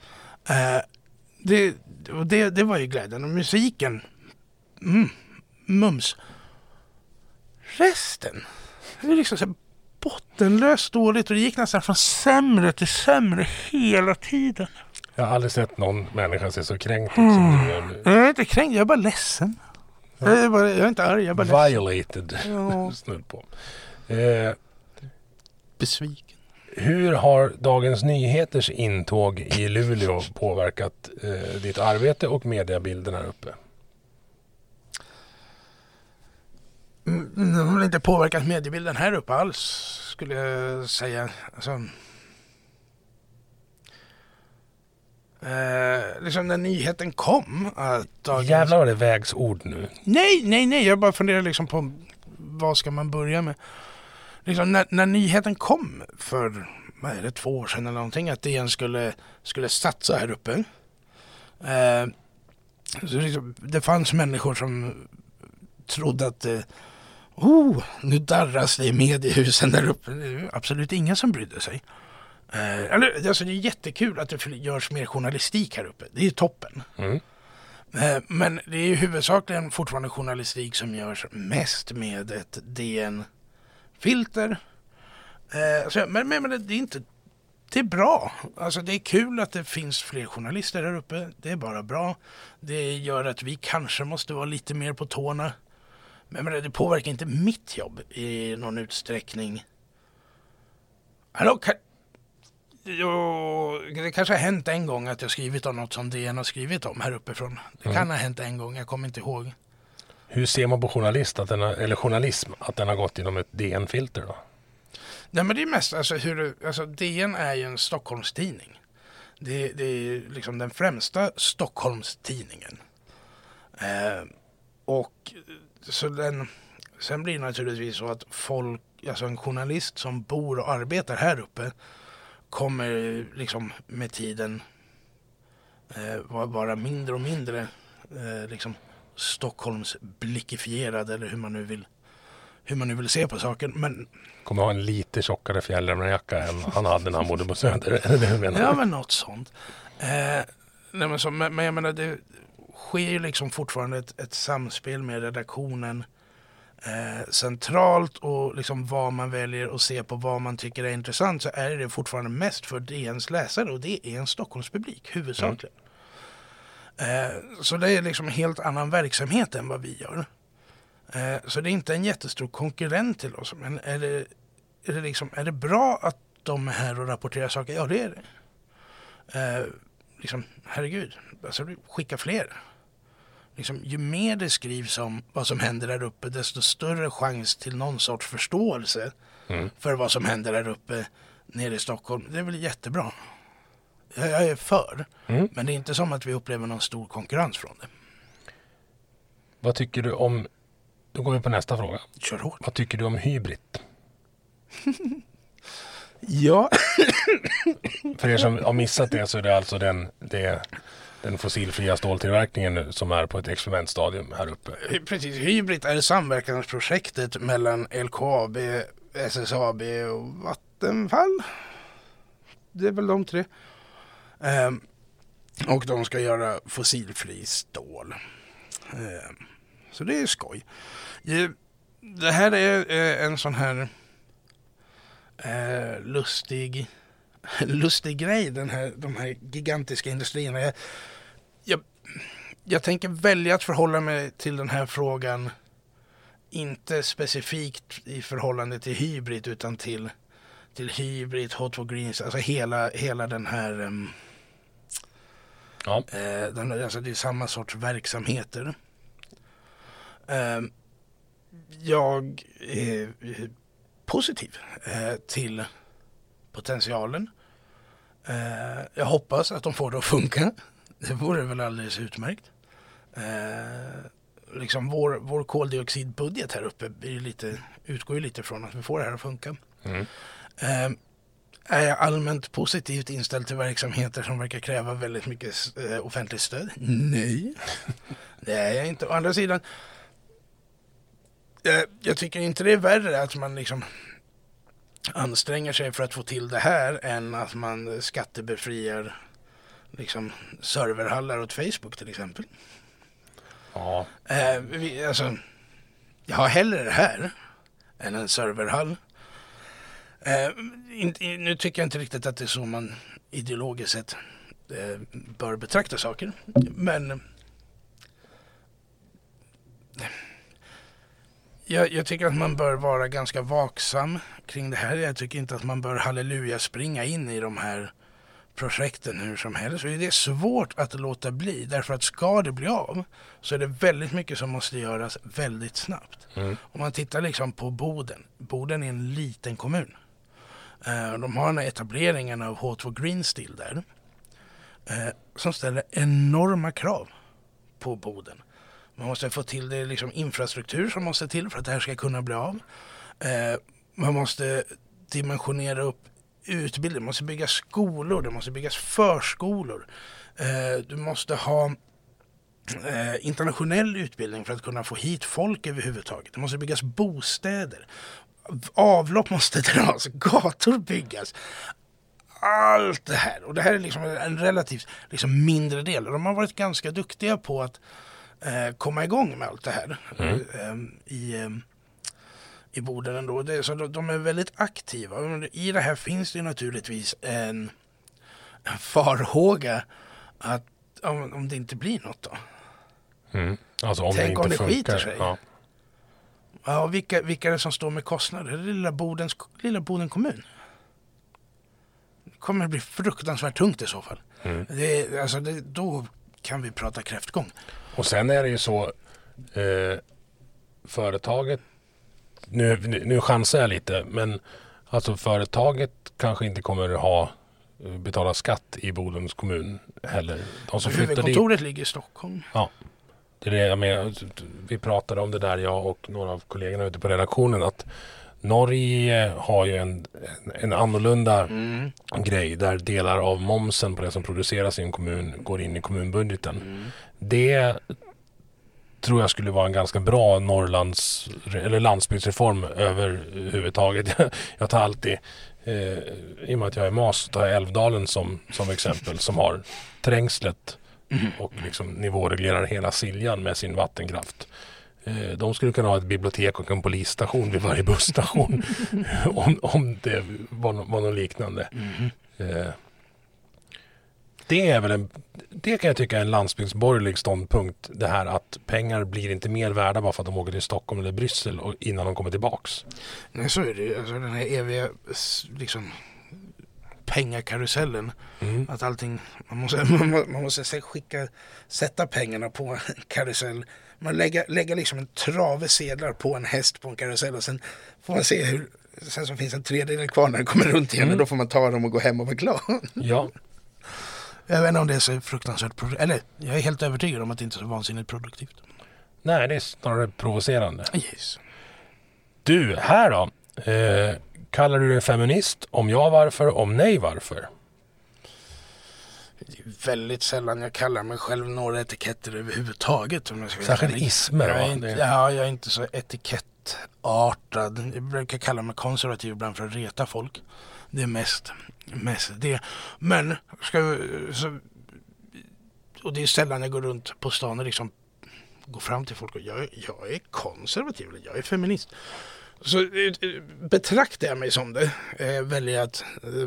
Det var ju glädjen. Och musiken, mums. Resten, det är liksom så bottenlöst dåligt och det gick nästan från sämre till sämre hela tiden. Jag har aldrig sett någon människa se så kränkt som du är. Jag är inte kränkt, jag är bara ledsen. Ja. Jag är inte arg, jag är bara violated. Ja. Snudd på. Besviken. Hur har Dagens Nyheters intåg i Luleå påverkat ditt arbete och mediebilden här uppe? De har väl inte påverkat mediebilden här uppe alls, skulle jag säga. Alltså, liksom när nyheten kom att Jävlar vad det vägs ord nu. Nej, jag bara funderar liksom på vad ska man börja med. Liksom när nyheten kom för 2 år sedan eller någonting, att DN skulle satsa här uppe. Så liksom, det fanns människor som trodde att nu darras det i mediehusen där uppe. Det är absolut ingen som brydde sig. Alltså det är jättekul att det görs mer journalistik här uppe. Det är toppen. Men det är ju huvudsakligen fortfarande journalistik som görs mest med ett DN-filter. Men det är inte... Det är bra. Alltså det är kul att det finns fler journalister här uppe. Det är bara bra. Det gör att vi kanske måste vara lite mer på tårna. Men det påverkar inte mitt jobb i någon utsträckning. Det kanske har hänt en gång att jag skrivit om något som DN har skrivit om här uppifrån. Det kan ha hänt en gång, jag kommer inte ihåg. Hur ser man på journalism att den har gått inom ett DN-filter då? Nej, men det är mest, alltså DN är ju en Stockholmstidning. Det är liksom den främsta Stockholmstidningen. Och så sen blir det naturligtvis så att folk, alltså en journalist som bor och arbetar här uppe kommer liksom med tiden vara mindre och mindre liksom Stockholms blickifierad, eller hur man nu vill se på saken. Men kommer ha en lite tjockare fjällrävenjacka än han hade när han bodde på Söder. Ja, men något sånt. Men jag menar, det sker ju liksom fortfarande ett samspel med redaktionen centralt, och liksom vad man väljer att se på, vad man tycker är intressant, så är det fortfarande mest för DNs läsare, och det är en Stockholmspublik huvudsakligen. Så det är liksom en helt annan verksamhet än vad vi gör. Så det är inte en jättestor konkurrent till oss, men är det bra att de är här och rapporterar saker? Ja, det är det. Liksom, herregud, alltså skicka fler. Liksom, ju mer det skrivs om vad som händer där uppe, desto större chans till någon sorts förståelse för vad som händer där uppe nere i Stockholm. Det är väl jättebra. Jag är för, men det är inte som att vi upplever någon stor konkurrens från det. Vad tycker du om, då går vi på nästa fråga. Kör hårt. Vad tycker du om hybrid? Ja. För er som har missat det, så är det alltså den fossilfria ståltillverkningen som är på ett experimentstadium här uppe. Precis, hybrid är samverkansprojektet mellan LKAB, SSAB och Vattenfall. Det är väl de 3. Och de ska göra fossilfri stål. Så det är skoj. Det här är en sån här lustig grej, de här gigantiska industrierna. Jag tänker välja att förhålla mig till den här frågan inte specifikt i förhållande till hybrid, utan till hybrid, Hot for Greens, alltså hela den här alltså det är samma sorts verksamheter. Jag är positiv till potentialen. Jag hoppas att de får det att funka. Det vore väl alldeles utmärkt. Liksom vår koldioxidbudget här uppe utgår ju lite från att vi får det här att funka. Är jag allmänt positivt inställd till verksamheter som verkar kräva väldigt mycket offentligt stöd? Nej, det är jag inte. Å andra sidan, jag tycker inte det är värre att man liksom anstränger sig för att få till det här än att man skattebefriar liksom serverhallar åt Facebook till exempel. Ja. Jag har hellre det här än en serverhall. Nu tycker jag inte riktigt att det är så man ideologiskt sett bör betrakta saker. Men jag tycker att man bör vara ganska vaksam kring det här. Jag tycker inte att man bör halleluja springa in i de här projekten hur som helst. Så det är svårt att låta bli. Därför att ska det bli av så är det väldigt mycket som måste göras väldigt snabbt. Om man tittar liksom på Boden. Boden är en liten kommun. De har den här etableringen av H2 Green Steel där. Som ställer enorma krav på Boden. Man måste få till det liksom infrastruktur som måste till för att det här ska kunna bli av. Man måste dimensionera upp utbildning, det måste byggas skolor, det måste byggas förskolor. Du måste ha internationell utbildning för att kunna få hit folk överhuvudtaget. Det måste byggas bostäder. Avlopp måste dras, gator byggas. Allt det här. Och det här är liksom en relativt liksom mindre del. Och de har varit ganska duktiga på att komma igång med allt det här i Boden ändå. Så de är väldigt aktiva. I det här finns det naturligtvis en farhåga att om det inte blir något då. Alltså om tänk det inte om det funkar. skiter sig. Ja, vilka är det som står med kostnader? Det är lilla Boden kommun. Det kommer att bli fruktansvärt tungt i så fall. Då kan vi prata kräftgång. Och sen är det ju så företaget, nu chansar jag lite, men alltså företaget kanske inte kommer att betala skatt i Bodens kommun heller. De som huvudkontoret ligger i Stockholm. Ja, det är det jag menar. Vi pratade om det där, jag och några av kollegorna ute på redaktionen, att Norge har ju en annorlunda grej där delar av momsen på det som produceras i en kommun går in i kommunbudgeten. Det tror jag skulle vara en ganska bra eller landsbygdsreform överhuvudtaget. Jag tar alltid, i och med att jag är mas, tar jag Älvdalen som exempel, som har trängslet och liksom nivåreglerar hela Siljan med sin vattenkraft. De skulle kunna ha ett bibliotek och en polisstation vid varje busstation om det var något liknande. Det kan jag tycka är en landsbygdsborgerlig ståndpunkt, det här att pengar blir inte mer värda bara för att de åker till Stockholm eller Bryssel innan de kommer tillbaks. Nej, så är det ju. Alltså den här eviga liksom pengakarusellen. Att allting, man måste sätta pengarna på en karusell. Man lägger liksom en trave sedlar på en häst på en karusell och sen får man se sen så finns en tredjedel kvar när den kommer runt igen och då får man ta dem och gå hem och vara glad. Ja. Jag vet inte om det är så fruktansvärt eller jag är helt övertygad om att det inte är så vansinnigt produktivt. Nej, det är snarare provocerande. Yes. Du, här då. Kallar du dig feminist? Om ja, varför? Om nej, varför? Det är väldigt sällan jag kallar mig själv några etiketter överhuvudtaget. Särskilt ismer, va? Jag är inte så etikettartad. Jag brukar kalla mig konservativ ibland för att reta folk. Det är mest det. Men, och det är sällan jag går runt på stan och liksom går fram till folk och jag är konservativ eller jag är feminist. Så betraktar jag mig som det. Väljer att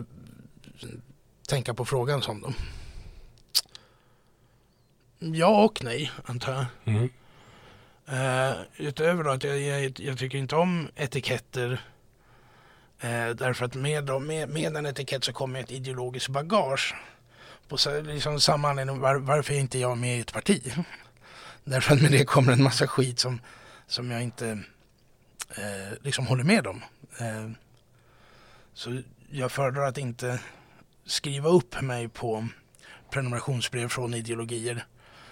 tänka på frågan som dem. Ja och nej, antar jag. Utöver då att jag tycker inte om etiketter. Därför att med en etikett så kommer ett ideologiskt bagage. På liksom samma anledning varför är inte jag med i ett parti. Därför att med det kommer en massa skit som jag inte liksom håller med om. Så jag föredrar att inte skriva upp mig på prenumerationsbrev från ideologier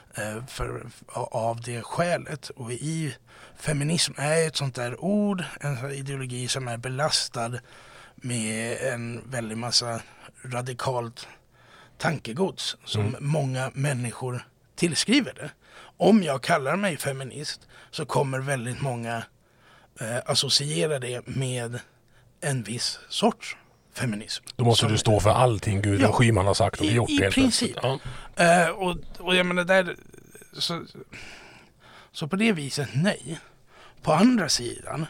av det skälet. Och i feminism är ett sånt där ord, en ideologi som är belastad med en väldig massa radikalt tankegods som många människor tillskriver det. Om jag kallar mig feminist så kommer väldigt många associera det med en viss sorts feminism. Då måste du stå för allting Gudrun Schyman har sagt och gjort. I princip. Ja. Och jag menar där så på det viset nej. På andra sidan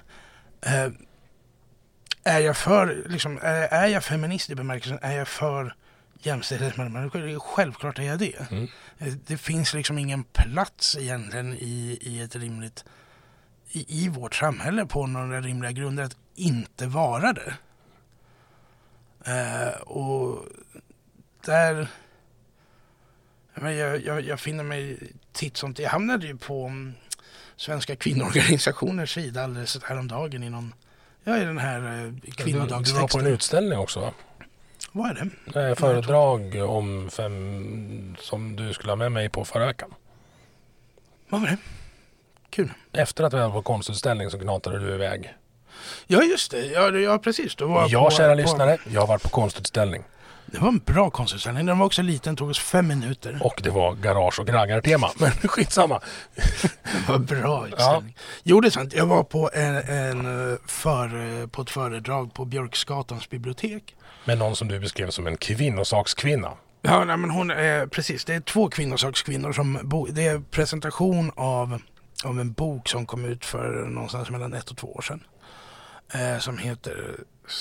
är jag för liksom, är jag feminist i bemärkelsen, är jag för jämställdhet mellan människor? Självklart är jag det. Det finns liksom ingen plats egentligen i ett rimligt i vårt samhälle på några rimliga grunder att inte vara det. Och där... Jag finner mig titt som... Jag hamnade ju på Svenska kvinnoorganisationers sida alldeles häromdagen i den här kvinnodagstexten. Du var på en utställning också, va? Vad är det? Föredrag om 5 som du skulle ha med mig på förra veckan. Vad var det? Kul. Efter att vi var på konstutställning så knatade du iväg. Ja, just det. Ja precis. Kära lyssnare, jag har varit på konstutställning. Det var en bra konstutställning. Den var också liten, tog oss 5 minuter. Och det var garage- och raggartema, men skitsamma. Det var en bra utställning. Ja. Jo, det är sant. Jag var på på ett föredrag på Björksgatans bibliotek. Med någon som du beskrev som en kvinnosakskvinna. Ja, nej, men hon är precis. Det är 2 kvinnosakskvinnor som det är presentation av en bok som kom ut för någonstans mellan 1 och 2 år sedan. Som heter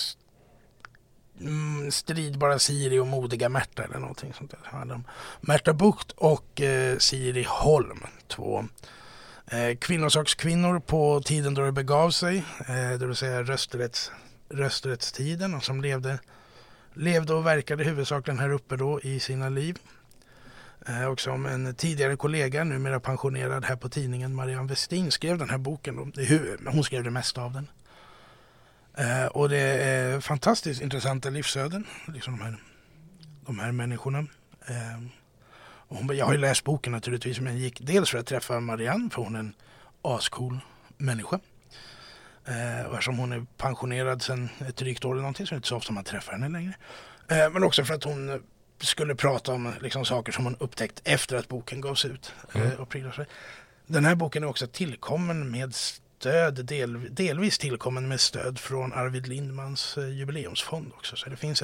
Stridbara Siri och modiga Märta eller någonting sånt där. Det handlar om Märta Bucht och Siri Holm, 2 kvinnosakskvinnor på tiden då det begav sig, det vill säga rösträttstiden, och som levde och verkade huvudsakligen här uppe då i sina liv. Och som en tidigare kollega, numera pensionerad här på tidningen, Marianne Westin, skrev den här boken då. Hon skrev det mesta av den. Och det är fantastiskt intressanta livsöden, liksom de här människorna. Jag har ju läst boken naturligtvis, men gick dels för att träffa Marianne, för hon är en ascool människa. Och eftersom hon är pensionerad sedan ett drygt år eller någonting, så är det inte så ofta man träffar henne längre. Men också för att hon skulle prata om liksom saker som hon upptäckt efter att boken gavs ut. Den här boken är också tillkommen med delvis tillkommen med stöd från Arvid Lindmans jubileumsfond också. Så det finns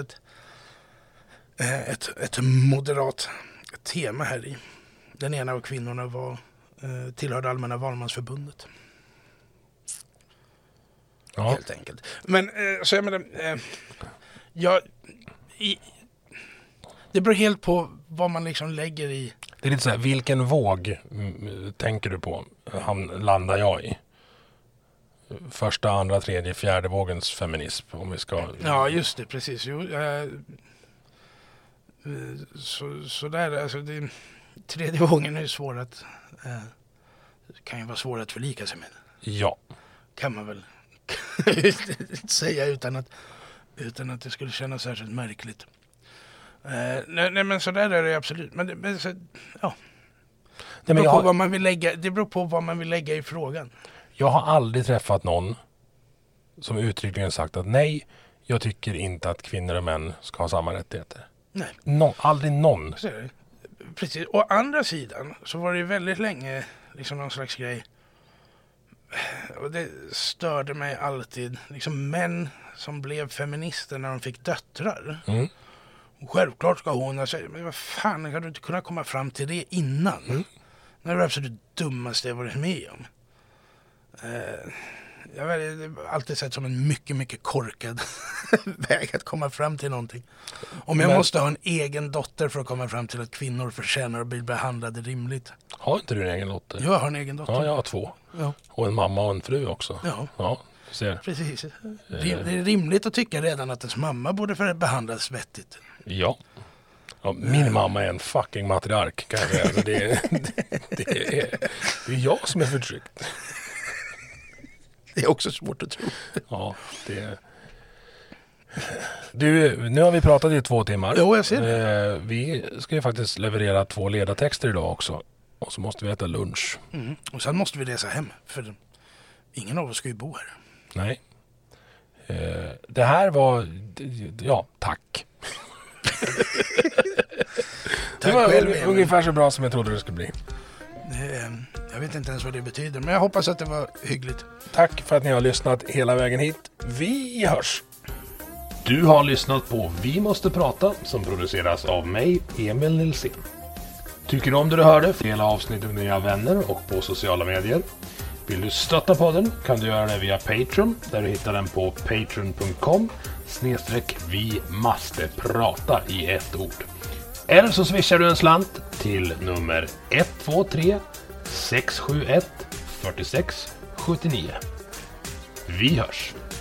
ett moderat tema här i. Den ena av kvinnorna tillhörde Allmänna valmansförbundet. Ja. Helt enkelt. Men så jag menar, det beror helt på vad man liksom lägger i. Det är lite så här, vilken våg tänker du på? Landar jag i? Första, andra, tredje, fjärde vågens feminism, om vi ska... Ja, just det, precis. Jo, så där, alltså tredje vågen är ju svår att... kan ju vara svår att förlika sig med. Ja. Kan man väl säga utan att det skulle kännas särskilt märkligt. Nej, men så där är det absolut. Men så, ja. Det beror på vad man vill lägga i frågan. Jag har aldrig träffat någon som uttryckligen sagt att nej, jag tycker inte att kvinnor och män ska ha samma rättigheter. Nej. Aldrig någon. Så är det. Precis. Å andra sidan så var det ju väldigt länge liksom någon slags grej. Och det störde mig alltid. Liksom män som blev feminister när de fick döttrar. Mm. Självklart ska hon säga, men vad fan, kan du inte kunna komma fram till det innan? Mm. Det är det absolut dummaste jag varit med om. Jag har alltid sett som en mycket, mycket korkad väg att komma fram till någonting. Om jag måste ha en egen dotter för att komma fram till att kvinnor förtjänar att bli behandlade rimligt. Har inte du en egen dotter? Jag har en egen dotter. Ja, jag har 2. Ja. Och en mamma och en fru också. Ja, ser. Precis. Det är rimligt att tycka redan att ens mamma borde behandlas vettigt. Ja. Min mamma är en fucking matriark, kan jag säga. Alltså det är jag som är förtryckt. Det är också svårt att tro. Ja, det är... Du, nu har vi pratat i 2 timmar. Jo, jag ser det. Vi ska ju faktiskt leverera 2 ledartexter idag också. Och så måste vi äta lunch. Mm. Och sen måste vi resa hem. För ingen av oss ska ju bo här. Nej. Det här var... Ja, tack. Det var ungefär så bra som jag trodde det skulle bli. Jag vet inte ens vad det betyder, men jag hoppas att det var hyggligt. Tack för att ni har lyssnat hela vägen hit. Vi hörs! Du har lyssnat på Vi måste prata, som produceras av mig, Emil Nilsson. Tycker du om det du hörde? Dela avsnittet med dina vänner och på sociala medier. Vill du stötta podden kan du göra det via Patreon, där du hittar den på patreon.com/vi måste prata i ett ord. Eller så swishar du en slant till nummer 123 671 46 79. Vi hörs!